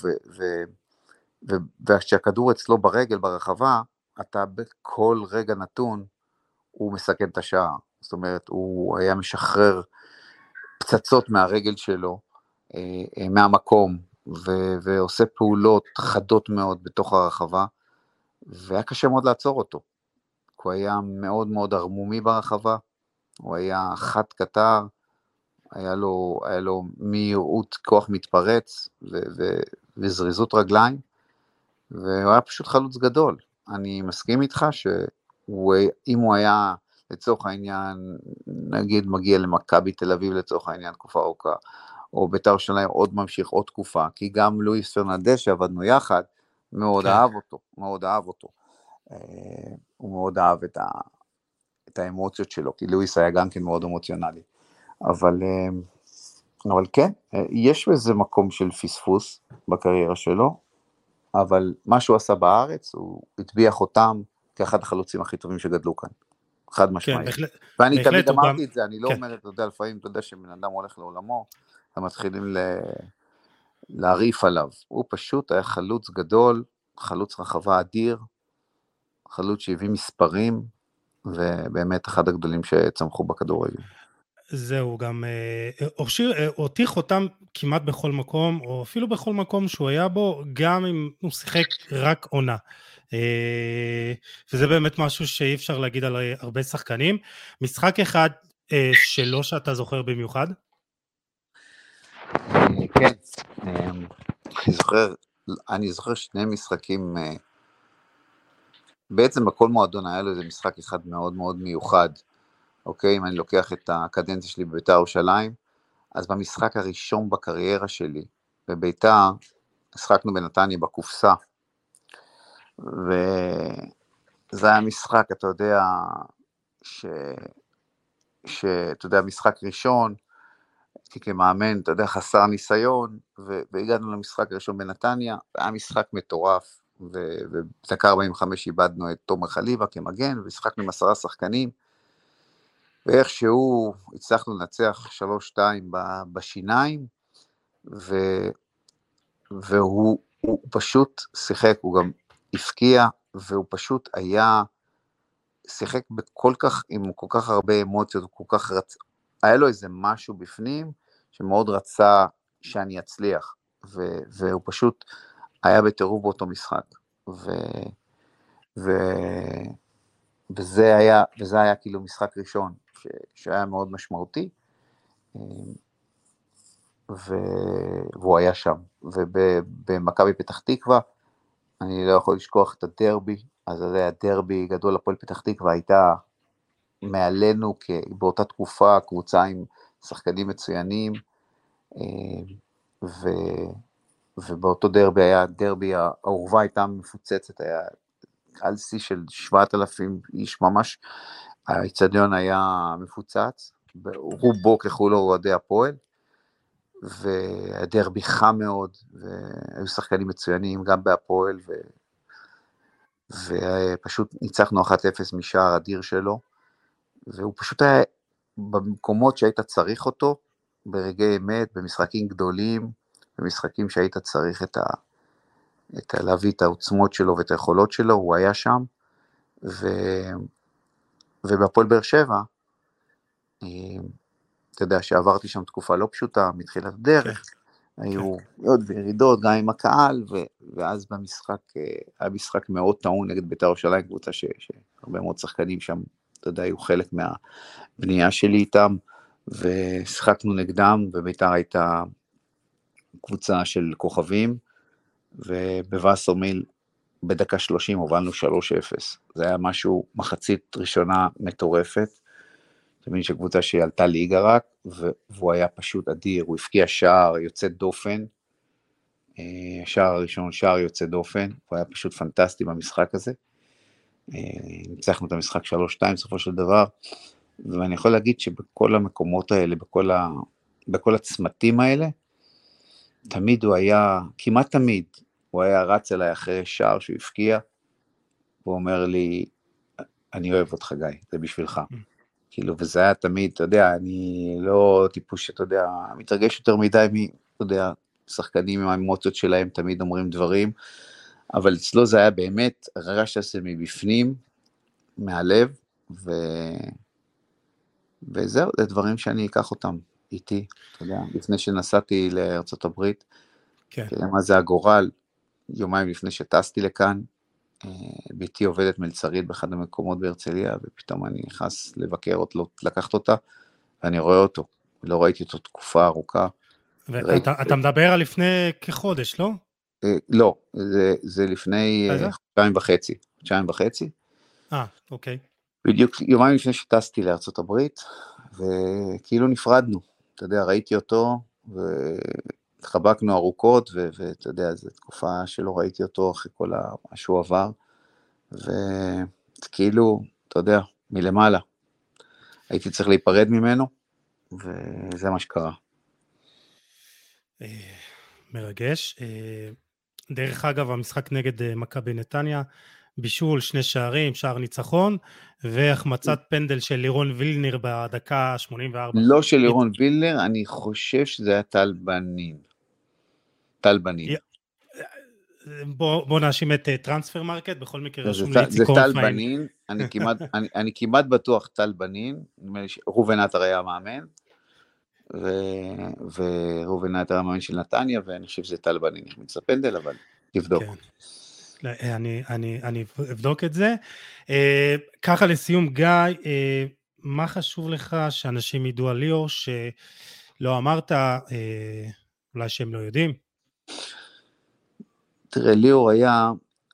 S7: וכשהכדור אצלו ברגל, ברחבה, אתה בכל רגע נתון, הוא מסכן את השער, זאת אומרת, הוא היה משחרר פצצות מהרגל שלו, מהמקום, ועושה פעולות חדות מאוד בתוך הרחבה, והיה קשה מאוד לעצור אותו, הוא היה מאוד מאוד הרמומי ברחבה, הוא היה חד קטר, היה לו מהירות כוח מתפרץ, וזריזות רגליים, והוא היה פשוט חלוץ גדול. אני מסכים איתך שאם הוא היה לצורך העניין, נגיד מגיע למכבי תל אביב לצורך העניין תקופה ארוכה, או בית"ר ירושלים עוד ממשיך עוד תקופה, כי גם לואיס פרננדס שעבדנו יחד, מאוד אהב אותו. הוא מאוד אהב את האמוציות שלו, כי לואיס היה גם כן מאוד אמוציונלי. אבל כן, יש איזה מקום של פספוס בקריירה שלו, אבל מה שהוא עשה בארץ, הוא הטביע אותם כאחד החלוצים הכי טובים שגדלו כאן. חד משמעית. ואני תמיד אמרתי את זה, אני לא אומר, אתה יודע, לפעמים, אתה יודע שבן אדם הולך לעולמו, הם מתחילים להריף עליו. הוא פשוט היה חלוץ גדול, חלוץ רחבה אדיר, חלוץ שהביא מספרים, ובאמת אחד הגדולים שצמחו בכדורגל.
S3: זהו, גם הותיך אותם כמעט בכל מקום, או אפילו בכל מקום שהוא היה בו, גם אם הוא שיחק רק עונה. וזה באמת משהו שאי אפשר להגיד על הרבה שחקנים. משחק אחד שלו שאתה זוכר במיוחד?
S7: כן, אני זוכר שני משחקים, בעצם בכל מועדון היה לו איזה משחק אחד מאוד מאוד מיוחד, אוקיי, אם אני לוקח את הקדנציה שלי בבית"ר ירושלים, אז במשחק הראשון בקריירה שלי, בבית"ר, משחקנו בנתניה בקופסה, וזה היה משחק, אתה יודע, אתה יודע, משחק ראשון, כי כמאמן, אתה יודע, חסר ניסיון, והגענו למשחק הראשון בנתניה, היה משחק מטורף, ובדקה 45 איבדנו את תומר חליבה כמגן, ומשחקנו עם 10 שחקנים, ואיכשהו הצלחנו לנצח 3-2 בשיניים, והוא פשוט שיחק, הוא גם הפקיע, והוא פשוט שיחק עם כל כך הרבה אמוציות, היה לו איזה משהו בפנים, שמאוד רצה שאני אצליח, והוא פשוט היה בטירוף באותו משחק, וזה היה כאילו משחק ראשון, שהיה מאוד משמעותי, והוא היה שם, ובמכבי פתח תקווה, אני לא יכול לשכוח את הדרבי אז זה היה דרבי גדול, הפועל פתח תקווה הייתה מעלינו באותה תקופה, קבוצה עם שחקנים מצוינים, ובאותו דרבי היה דרבי, העורבה הייתה מפוצצת, היה על שיא של 7,000 איש ממש, האצטדיון היה מפוצץ, רובו ככולו אוהדי הפועל, והדרבי חם מאוד, והיו שחקנים מצוינים גם בהפועל, ופשוט ניצחנו 1-0 משער אדיר שלו, והוא פשוט היה במקומות שהיית צריך אותו, ברגעי אמת, במשחקים גדולים, במשחקים שהיית צריך להביא את העוצמות שלו ואת היכולות שלו, הוא היה שם, ובהפועל באר שבע, אתה יודע שעברתי שם תקופה לא פשוטה, מתחילת הדרך, היו עוד וירידות, גם עם הקהל, ואז במשחק, היה משחק מאוד טעון נגד בית"ר ירושלים, קבוצה שהרבה מאוד שחקנים שם, אתה יודע, היו חלק מהבנייה שלי איתם, ושחקנו נגדם, ובית"ר הייתה קבוצה של כוכבים, ובווסרמיל בדקה 30 הובלנו 3-0, זה היה משהו, מחצית ראשונה מטורפת, תמיד שקבוצה שעלתה ליגה רק, והוא היה פשוט אדיר, הוא הפקיע שער יוצא דופן, השער הראשון שער יוצא דופן, הוא היה פשוט פנטסטי במשחק הזה, ניצחנו את המשחק 3-2 בסופו של דבר, ואני יכול להגיד שבכל המקומות האלה, בכל הצמתים האלה, תמיד הוא היה, כמעט תמיד, הוא היה רץ אליי אחרי שער שהוא הפקיע, הוא אומר לי, אני אוהב אותך גיא, זה בשבילך. כאילו, וזה היה תמיד, אתה יודע, אני לא טיפוש, אתה יודע, מתרגש יותר מדי אתה יודע, שחקנים עם האמוציות שלהם תמיד אומרים דברים, אבל אצלו זה היה באמת, הרגשת זה מבפנים, מהלב, וזהו, זה דברים שאני אקח אותם איתי, אתה יודע, לפני שנסעתי לארצות הברית,
S3: כן.
S7: אתה יודע מה זה הגורל, יומיים לפני שטסתי לכאן, ביתי עובדת מלצרית באחד המקומות בהרצליה, ופתאום אני נכנס לבקר אותו, לקחת אותה, ואני רואה אותו, לא ראיתי אותו תקופה ארוכה.
S3: אתה מדבר על לפני כחודש, לא?
S7: לא, זה לפני חודשיים וחצי.
S3: אוקיי.
S7: בדיוק יומיים לפני שטסתי לארצות הברית, וכאילו נפרדנו, אתה יודע, ראיתי אותו, התחבקנו ארוכות, ואתה יודע, זו תקופה שלא ראיתי אותו אחרי כל מה שהוא עבר, וכאילו, אתה יודע, מלמעלה, הייתי צריך להיפרד ממנו, וזה מה שקרה.
S3: מרגש. דרך אגב, המשחק נגד מכבי נתניה, בישול, 2 שערים, שער ניצחון, והחמצת פנדל של לירון וילנר בדקה 84.
S7: לא של לירון וילנר, אני חושב שזה היה טל בנין.
S3: בוא נאשים את טרנספר מרקט, בכל מקרה רשום לי
S7: זה טל בנין, אני כמעט בטוח טל בנין, ראובן עטר היה המאמן, וראובן עטר המאמן של נתניה, ואני חושב שזה טל בנין, החמיץ הפנדל, אבל תבדוק.
S3: אני אבדוק את זה. ככה לסיום, גיא, מה חשוב לך שאנשים ידעו על ליאור, שלא אמרת, אולי שהם לא יודעים?
S7: תראה, ליאור היה,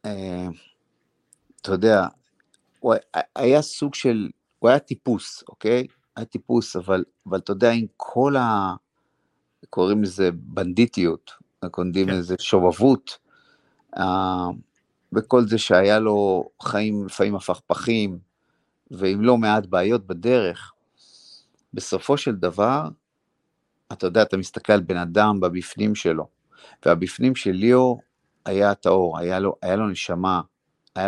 S7: אתה יודע, הוא היה סוג של, הוא היה טיפוס, אוקיי? היה טיפוס, אבל אתה יודע, עם כל קוראים לזה בנדיטיות, קוראים לזה שובבות, וכל זה שהיה לו חיים לפעמים הפכפכים, ועם לא מעט בעיות בדרך, בסופו של דבר, אתה יודע, אתה מסתכל על בן אדם בבפנים שלו, והבפנים של ליאור היה טהור, היה לו נשמה, היה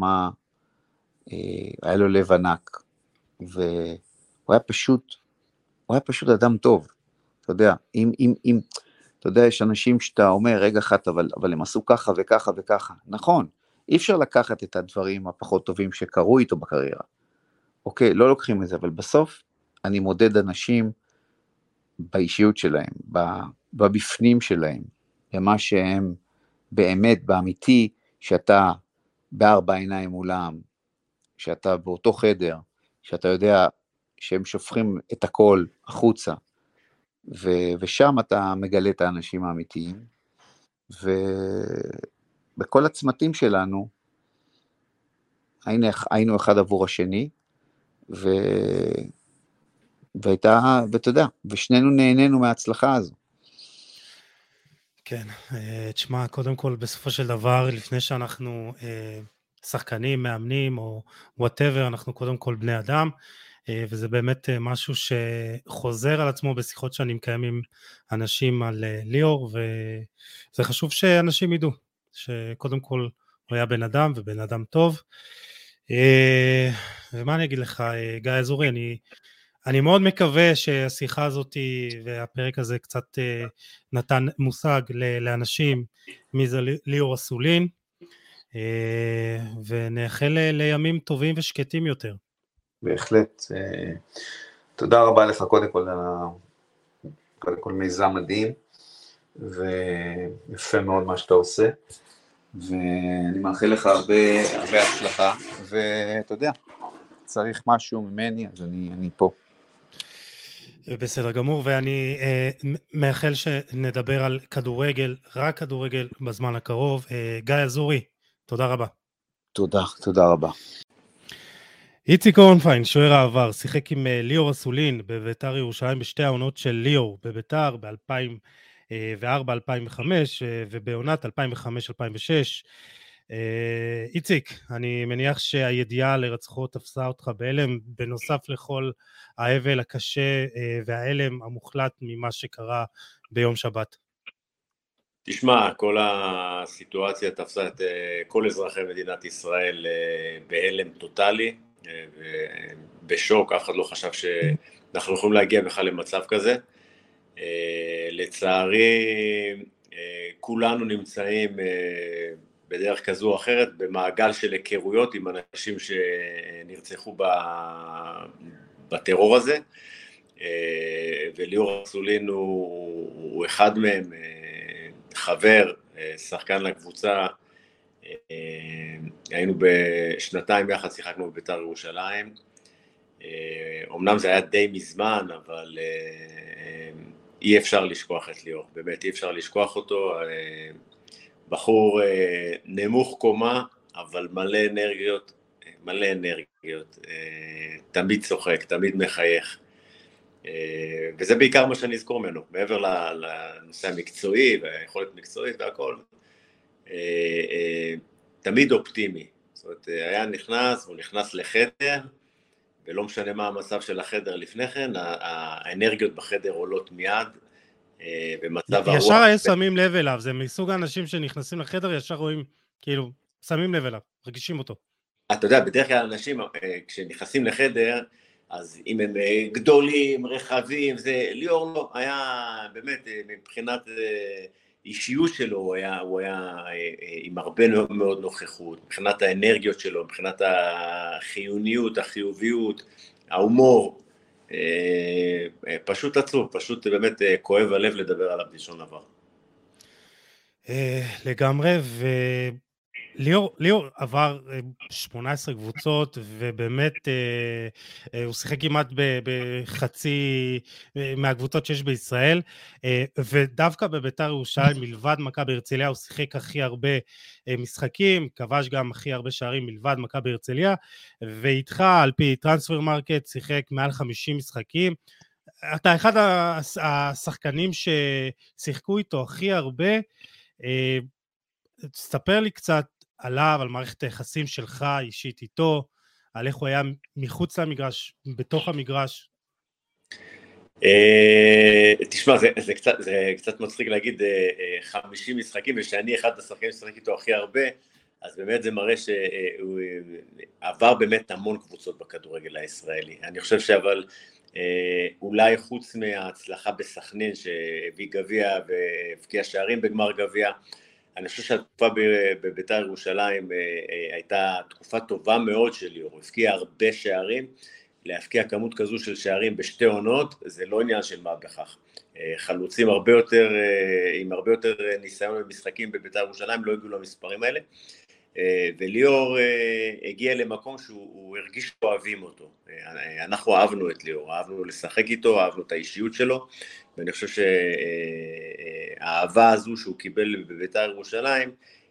S7: לו לב ענק, והוא היה פשוט אדם טוב, אתה יודע, אתה יודע, יש אנשים שאתה אומר, רגע אחת, אבל הם עשו ככה וככה וככה, נכון, אי אפשר לקחת את הדברים הפחות טובים שקרו איתו בקריירה, אוקיי, לא לוקחים את זה, אבל בסוף אני מודד אנשים באישיות שלהם, בבפנים שלהם, במה שהם באמת, באמיתי, שאתה בארבע עיניים מולם, שאתה באותו חדר, שאתה יודע שהם שופכים את הכל החוצה, ושם אתה מגלה את האנשים האמיתיים, ובכל הצמתים שלנו, היינו אחד עבור השני, ואתה יודע, ושנינו נהנינו מההצלחה הזו.
S3: כן, תשמע, קודם כל, בסופו של דבר, לפני שאנחנו שחקנים, מאמנים או whatever, אנחנו קודם כל בני אדם, וזה באמת משהו שחוזר על עצמו בשיחות שאני מקיים עם אנשים על ליאור, וזה חשוב שאנשים ידעו, שקודם כל הוא היה בן אדם ובן אדם טוב. ומה אני אגיד לך, גיא אזורי, אני מאוד מקווה שהשיחה הזאת והפרק הזה קצת נתן מושג לאנשים מי זה ליאור אסולין, ונאחל לימים טובים ושקטים יותר.
S7: בהחלט. תודה רבה לך קודם כל מיזם מדהים, ויפה מאוד מה שאתה עושה, ואני מאחל לך הרבה הצלחה, ואתה יודע, צריך משהו ממני, אז אני פה.
S3: בסדר גמור, ואני מאחל שנדבר על כדורגל, רק כדורגל בזמן הקרוב. גיא אזורי, תודה רבה.
S7: תודה רבה.
S3: איציק אורנפיין, שוער העבר, שיחק עם ליאור אסולין בביתר ירושלים בשתי העונות של ליאור בביתר ב-2004-2005 ובעונת 2005-2006. איציק, אני מניח שהידיעה לרצחו תפסה אותך בהלם, בנוסף לכל האבל הקשה וההלם המוחלט ממה שקרה ביום שבת.
S8: תשמע, כל הסיטואציה תפסה את כל אזרחי מדינת ישראל בהלם טוטלי, בשוק, אף אחד לא חשב שאנחנו יכולים להגיע בכלל למצב כזה. לצערי, כולנו נמצאים בדרך כזו או אחרת במעגל של היכרויות עם אנשים שנרצחו בטרור הזה, וליאור אסולין הוא אחד מהם, חבר, שחקן לקבוצה. היינו בשנתיים יחד, שיחקנו בביתר ירושלים. אמנם זה היה די מזמן, אבל אי אפשר לשכוח את ליאור, באמת אי אפשר לשכוח אותו. בחור נמוך קומה, אבל מלא אנרגיות, תמיד צוחק, תמיד מחייך. וזה בעיקר מה שאני אזכור ממנו, מעבר לנושא המקצועי והיכולת מקצועית והכל. תמיד אופטימי, זאת אומרת, הוא נכנס לחדר, ולא משנה מה המצב של החדר לפני כן, האנרגיות בחדר עולות מיד, במצב הרוח.
S3: ישר היה שמים לב אליו, זה מסוג האנשים שנכנסים לחדר, ישר רואים, כאילו, שמים לב אליו, רגישים אותו.
S8: אתה יודע, בדרך כלל אנשים, כשנכנסים לחדר, אז אם הם גדולים, רחבים, זה ליאור לא, היה באמת, מבחינת אישיות שלו, הוא היה עם הרבה מאוד נוכחות, מבחינת האנרגיות שלו, מבחינת החיוניות, החיוביות, ההומור, פשוט עצוב, פשוט באמת כואב הלב לדבר עליו בלשון עבר.
S3: לגמרי, ליאור עבר 18 קבוצות, ובאמת הוא שיחק כמעט בחצי מהקבוצות שיש בישראל, ודווקא בביתר ירושלים, מלבד מכבי הרצליה, הוא שיחק הכי הרבה משחקים, כבש גם הכי הרבה שערים מלבד מכבי הרצליה, ואיתך על פי טרנספר מרקט שיחק מעל 50 משחקים. אתה אחד השחקנים ששיחקו איתו הכי הרבה. תספר לי קצת עליו, על מערכת היחסים שלך אישית איתו, על איך הוא היה מחוץ למגרש, בתוך המגרש.
S8: תשמע, זה קצת מצחיק להגיד 50 משחקים, ושאני אחד השחקנים ששחק איתו הכי הרבה, אז באמת זה מראה שהוא עבר באמת המון קבוצות בכדורגל הישראלי. אני חושב אבל אולי חוץ מההצלחה בסכנין, שהביא גביע והבקיע שערים בגמר גביע, אני חושב שהתקופה בביתר ירושלים הייתה תקופה טובה מאוד של ליאור, הוא הבקיע הרבה שערים, להבקיע כמות כזו של שערים בשתי עונות, זה לא עניין של מה בכך. חלוצים עם הרבה יותר ניסיון במשחקים בביתר ירושלים, לא הגיעו למספרים האלה, וליאור הגיע למקום שהוא הרגיש שאוהבים אותו. אנחנו אהבנו את ליאור, אהבנו לשחק איתו, אהבנו את האישיות שלו, ואני חושב שהאהבה הזו שהוא קיבל בביתר ירושלים,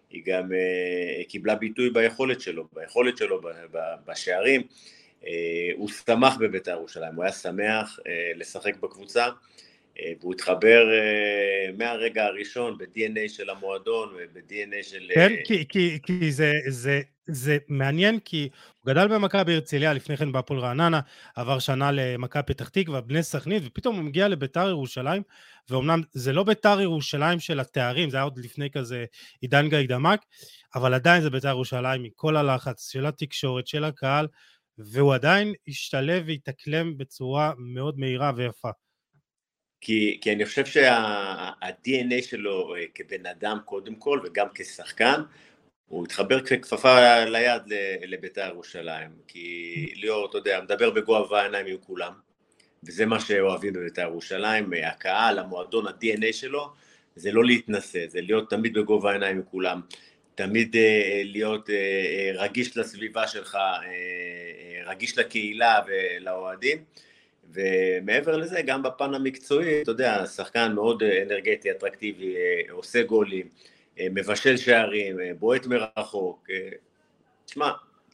S8: היא גם קיבלה ביטוי ביכולת שלו בשערים, הוא שמח בבית"ר ירושלים, הוא היה שמח לשחק בקבוצה, והוא התחבר מהרגע הראשון ב-DNA של המועדון וב-DNA של...
S3: כן, כי זה מעניין, כי הוא גדל במכבי הרצליה, לפני כן בהפועל רעננה, עבר שנה למכבי פתח תקווה, בני סכנין, ופתאום הוא מגיע לבית"ר ירושלים, ואומנם זה לא בית"ר ירושלים של התארים, זה היה עוד לפני כזה עידן גיא דמק, אבל עדיין זה בית"ר ירושלים מכל הלחץ של התקשורת, של הקהל, והוא עדיין השתלב והתאקלם בצורה מאוד מהירה ויפה.
S8: כי אני חושב שה-DNA שלו כבן אדם קודם כל, וגם כשחקן, הוא התחבר ככפפה ליד לבית"ר ירושלים, כי ליאור, אתה יודע, מדבר בגובה העיניים עם כולם, וזה מה שאוהבים בבית"ר ירושלים, הקהל, המועדון, ה-DNA שלו, זה לא להתנסה, זה להיות תמיד בגובה העיניים עם כולם, תמיד להיות רגיש לסביבה שלך, רגיש לקהילה ולאוהדים, ומעבר לזה, גם בפן המקצועי, אתה יודע, שחקן מאוד אנרגטי, אטרקטיבי, עושה גולים, מבשל שערים, בועט מרחוק, תשמע,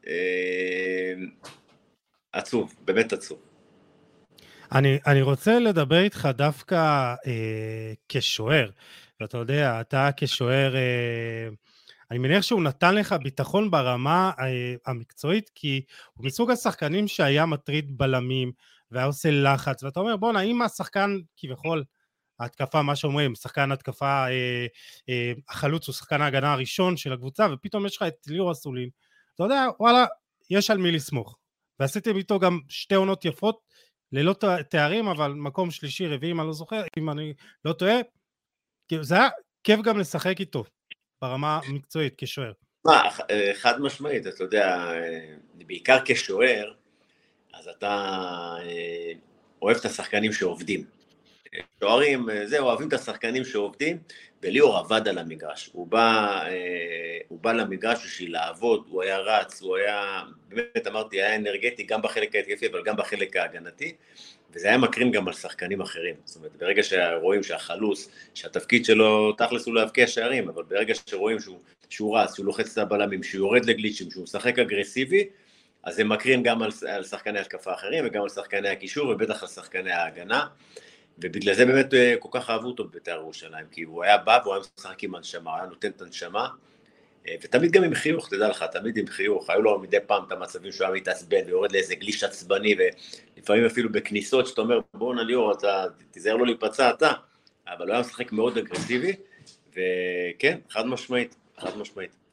S8: עצוב, באמת עצוב.
S3: אני רוצה לדבר איתך דווקא כשוער, ואתה יודע, אתה כשוער, אני מניח שהוא נתן לך ביטחון ברמה המקצועית, כי הוא מסוג השחקנים שהיה מטריד בלמים, והיה עושה לחץ, ואתה אומר, בוא נעים השחקן כביכול, ההתקפה, מה שאומרים, שחקן התקפה, החלוץ הוא שחקן ההגנה הראשון של הקבוצה, ופתאום יש לך את ליאור אסולין, אתה יודע, וואלה, יש על מי לסמוך, ועשיתם איתו גם 2 עונות יפות, ללא תארים, אבל מקום שלישי, רביעי, אני לא זוכר, אם אני לא טועה, זה היה כיף גם לשחק איתו, ברמה המקצועית, כשוער.
S8: חד משמעית, אתה יודע, בעיקר כשוער, אז אתה אוהב את השחקנים שעובדים. שוערים, אוהבים את השחקנים שעובדים, וליאור עבד על המגרש. הוא בא למגרש בשביל לעבוד, הוא היה רץ, הוא היה, באמת אמרתי, היה אנרגטי גם בחלק ההתקפי, אבל גם בחלק ההגנתי, וזה היה מקרין גם על שחקנים אחרים. זאת אומרת, ברגע שרואים שהחלוץ, שהתפקיד שלו תכלס הוא להבקיע שערים, אבל ברגע שרואים שהוא רץ, שהוא לוחץ את הבלמים, שהוא יורד לגליצ'ים, שהוא משחק אגרסיבי, אז זה מקרין גם על שחקני התקפה אחרים, וגם על שחקני הקישור, ובטח על שחקני ההגנה, ובגלל זה באמת כל כך אהבו אותו בבית"ר ירושלים, כי הוא היה בא והוא היה משחק עם הנשמה, היה נותן את הנשמה, ותמיד גם עם חיוך, תדע לך, תמיד עם חיוך, היו לו מדי פעם את המצבים שהוא היה מתעצבן, ויורד לאיזה גליש עצבני, ולפעמים אפילו בכניסות, שאתה אומר, בוא נליאור, אתה תיזהר לו להיפצע אתה, אבל הוא היה משחק מאוד אגרסיבי, וכן, חד משמעית, אהבנו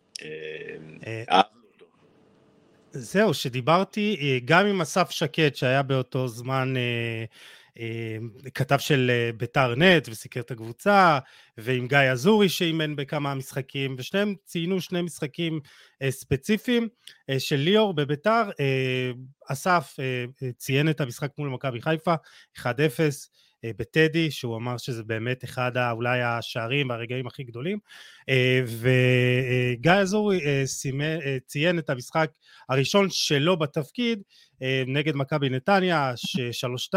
S8: אותו.
S3: זהו, שדיברתי גם עם אסף שקט, שהיה באותו זמן כתב של בית"ר נט וסיקר את הקבוצה, ועם גיא אזורי שאימן בכמה משחקים, ושניהם ציינו 2 משחקים ספציפיים של ליאור בבית"ר. אסף ציין את המשחק מול מכבי חיפה 1-0 בטדי, שהוא אמר שזה באמת אחד אולי השערים והרגעים הכי גדולים, וגיא אזורי ציין את המשחק הראשון שלו בתפקיד נגד מכבי נתניה 3-2,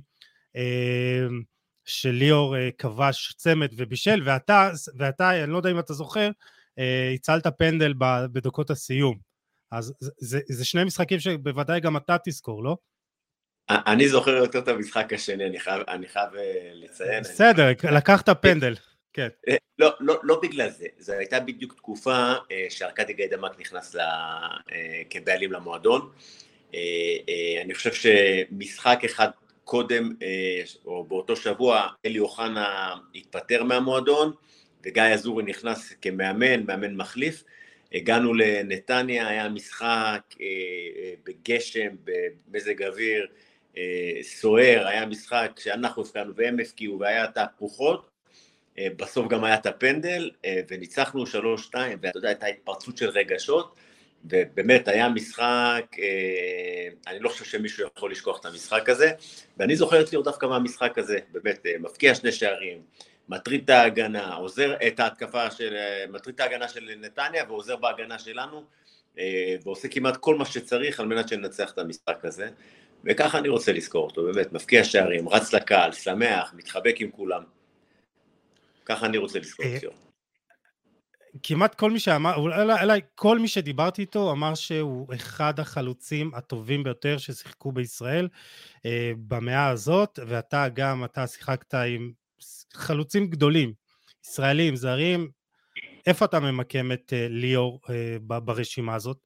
S3: שליאור כבש צמד ובישל, ואתה, אני לא יודע אם אתה זוכר, הצלת פנדל בדקות הסיום. אז זה 2 משחקים שבוודאי גם אתה תזכור, לא?
S8: אני זוכר יותר את המשחק השני, אני חייב לציין.
S3: בסדר, לקחת פנדל, כן.
S8: לא בגלל זה, זו הייתה בדיוק תקופה שארקדי גיא דמק נכנס כבעלים למועדון. אני חושב שמשחק אחד קודם, או באותו שבוע, אלי אוחנה התפטר מהמועדון, וגיא אזורי נכנס מאמן מחליף. הגענו לנתניה, היה משחק בגשם, במזג אוויר, סוער, היה משחק שאנחנו הפקענו והם הפקיעו, והיה תהפוכות, בסוף גם היה את הפנדל, וניצחנו 3-2, ואתה יודע, הייתה התפרצות של רגשות, ובאמת היה משחק, אני לא חושב שמישהו יכול לשכוח את המשחק הזה, ואני זוכר את ליאור דווקא מהמשחק הזה, באמת, מפקיע 2 שערים, מטריד את ההגנה, עוזר את ההתקפה מטריד את ההגנה של נתניה, ועוזר בהגנה שלנו, ועושה כמעט כל מה שצריך על מנת שננצח את המשחק הזה, וככה אני רוצה לזכור אותו, באמת, מפקיע שערים, רץ לקהל, שמח, מתחבק עם כולם, ככה אני רוצה לזכור אותו.
S3: כמעט כל מי שאמר, אולי כל מי שדיברתי איתו אמר שהוא אחד החלוצים הטובים ביותר ששיחקו בישראל במאה הזאת, ואתה גם, אתה שיחקת עם חלוצים גדולים, ישראלים, זרים. איפה אתה ממקם את ליאור ברשימה הזאת?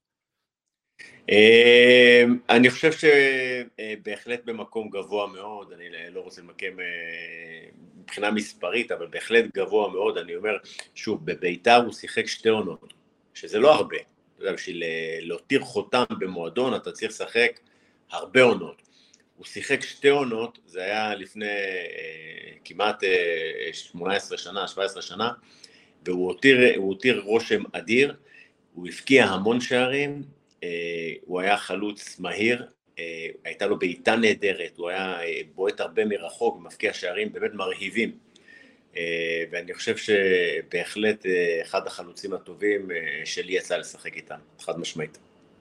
S8: אני חושב שבהחלט במקום גבוה מאוד, אני לא רוצה למקם מבחינה מספרית, אבל בהחלט גבוה מאוד. אני אומר, שוב, בביתר הוא שיחק 2 עונות, שזה לא הרבה. בשביל להותיר חותם במועדון, אתה צריך לשחק הרבה עונות. הוא שיחק 2 עונות, זה היה לפני כמעט 18 שנה, 17 שנה, והוא הותיר רושם אדיר, הוא הפקיע המון שערים, הוא היה חלוץ מהיר, הייתה לו בעיטה נהדרת, הוא היה בועט הרבה מרחוק ומפקיע שערים באמת מרהיבים, ואני חושב שבהחלט אחד החלוצים הטובים שלי יצא לשחק איתם, חד משמעית.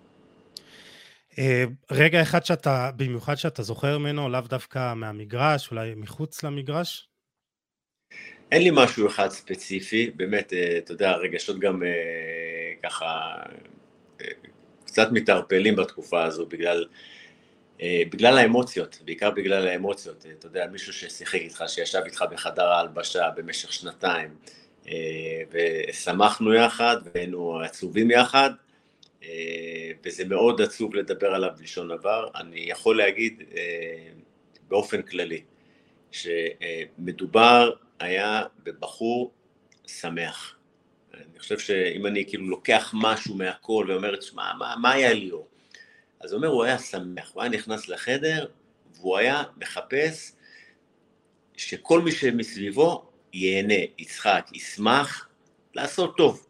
S3: רגע אחד שאתה, במיוחד שאתה זוכר ממנו, לאו דווקא מהמגרש, אולי מחוץ למגרש?
S8: אין לי משהו אחד ספציפי, באמת, אתה יודע, רגשות גם ככה קצת מתערפלים בתקופה הזו בגלל האמוציות, בעיקר בגלל האמוציות. אתה יודע, מישהו ששיחק איתך, שישב איתך בחדר ההלבשה במשך 2 ושמחנו יחד והיינו עצובים יחד, וזה מאוד עצוב לדבר עליו בלשון עבר. אני יכול להגיד באופן כללי שמדובר היה בבחור שמח. אני חושב שאם אני כאילו לוקח משהו מהכל ואומר, מה היה ליאור? אז הוא אומר, הוא היה שמח, הוא היה נכנס לחדר, והוא היה מחפש שכל מי שמסביבו ייהנה, יצחק, ישמח, לעשות טוב.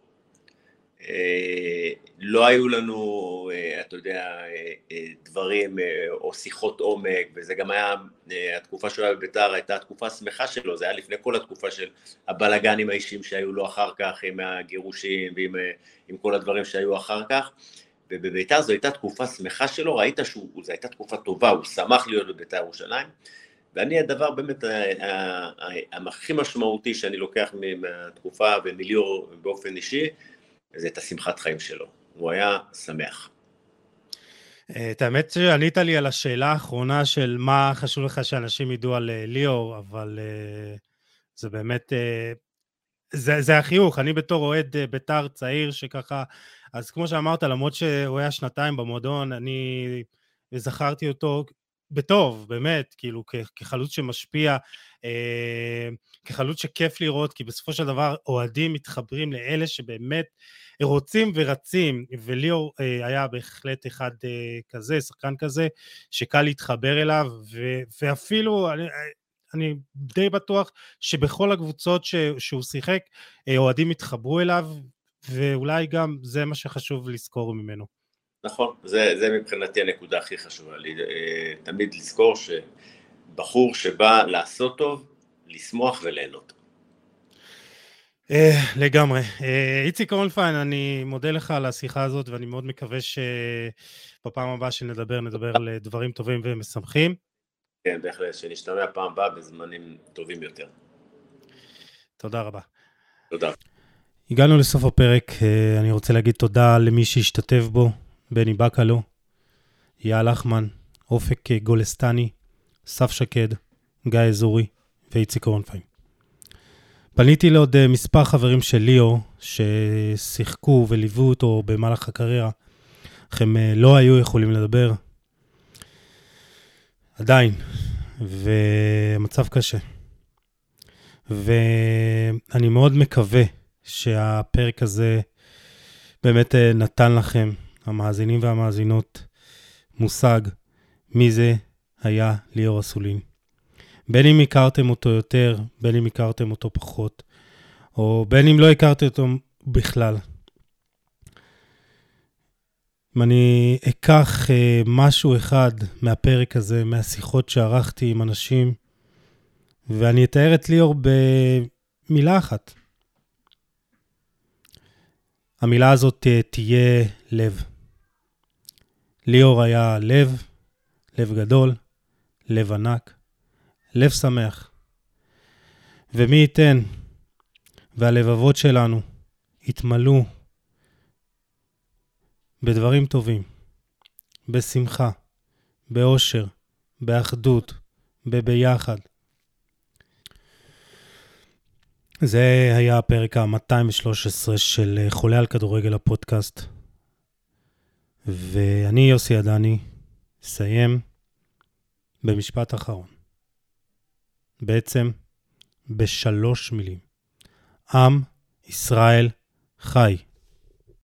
S8: לא היו לנו, אתה יודע, דברים או שיחות עומק, וזה גם היה, התקופה שהוא היה בביתר הייתה התקופה שמחה שלו, זה היה לפני כל התקופה של הבלגנים האישיים שהיו לו אחר כך, עם הגירושים ועם כל הדברים שהיו אחר כך, ובביתר זו הייתה תקופה שמחה שלו, ראית שזו הייתה תקופה טובה, הוא שמח להיות בביתר ירושלים, ואני הדבר באמת הכי משמעותי שאני לוקח מהתקופה ומיליור באופן אישי, זה את השמחת חיים שלו, הוא היה שמח.
S3: את האמת שענית לי על השאלה האחרונה של מה חשוב לך שאנשים ידעו על ליאור, אבל זה באמת, זה החיוך. אני בתור אוהד ביתר צעיר שככה, אז כמו שאמרת, למרות שהוא היה 2 במועדון, אני זכרתי אותו בטוב, באמת, כאילו כחלוץ שמשפיע, כחלוץ שכיף לראות, כי בסופו של דבר אוהדים מתחברים לאלה שבאמת רוצים ורצים, וליאור היה בהחלט אחד כזה, שחקן כזה, שקל להתחבר אליו, ואפילו אני די בטוח שבכל הקבוצות שהוא שיחק, אוהדים התחברו אליו, ואולי גם זה מה שחשוב לזכור ממנו.
S8: נכון, זה מבחינתי הנקודה הכי חשובה לי, תמיד לזכור שבחור שבא לעשות טוב, לשמוח וליהנות.
S3: לגמרי. איציק אורנפיין, אני מודה לך על השיחה הזאת, ואני מאוד מקווה שבפעם הבאה שנדבר, נדבר על דברים טובים ומשמחים.
S8: כן, בהחלט, שנשתמע פעם הבאה בזמנים טובים יותר.
S3: תודה רבה.
S8: תודה.
S3: הגענו לסוף הפרק, אני רוצה להגיד תודה למי שהשתתף בו, בני בקלו, יעל אחמן, אופק גולסטני, סף שקד, גיא אזורי ואיציק אורנפיין. פניתי לעוד מספר חברים של ליאור ששיחקו וליוו אותו במהלך הקריירה, אך הם לא היו יכולים לדבר. עדיין, ומצב קשה. ואני מאוד מקווה שהפרק הזה באמת נתן לכם, המאזינים והמאזינות, מושג מי זה היה ליאור אסולין. בין אם הכרתם אותו יותר, בין אם הכרתם אותו פחות, או בין אם לא הכרתם אותו בכלל. אם אני אקח משהו אחד מהפרק הזה, מהשיחות שערכתי עם אנשים, ואני אתאר את ליאור במילה אחת. המילה הזאת תהיה לב. ליאור היה לב, לב גדול, לב ענק, לב שמח. ומי ייתן והלבבות שלנו יתמלאו בדברים טובים, בשמחה, באושר, באחדות, בביחד. זה היה הפרק ה-213 של חולה על כדורגל הפודקאסט. ואני יוסי עדני, אסיים במשפט אחרון. בעצם ב3 מילים. עם ישראל חי.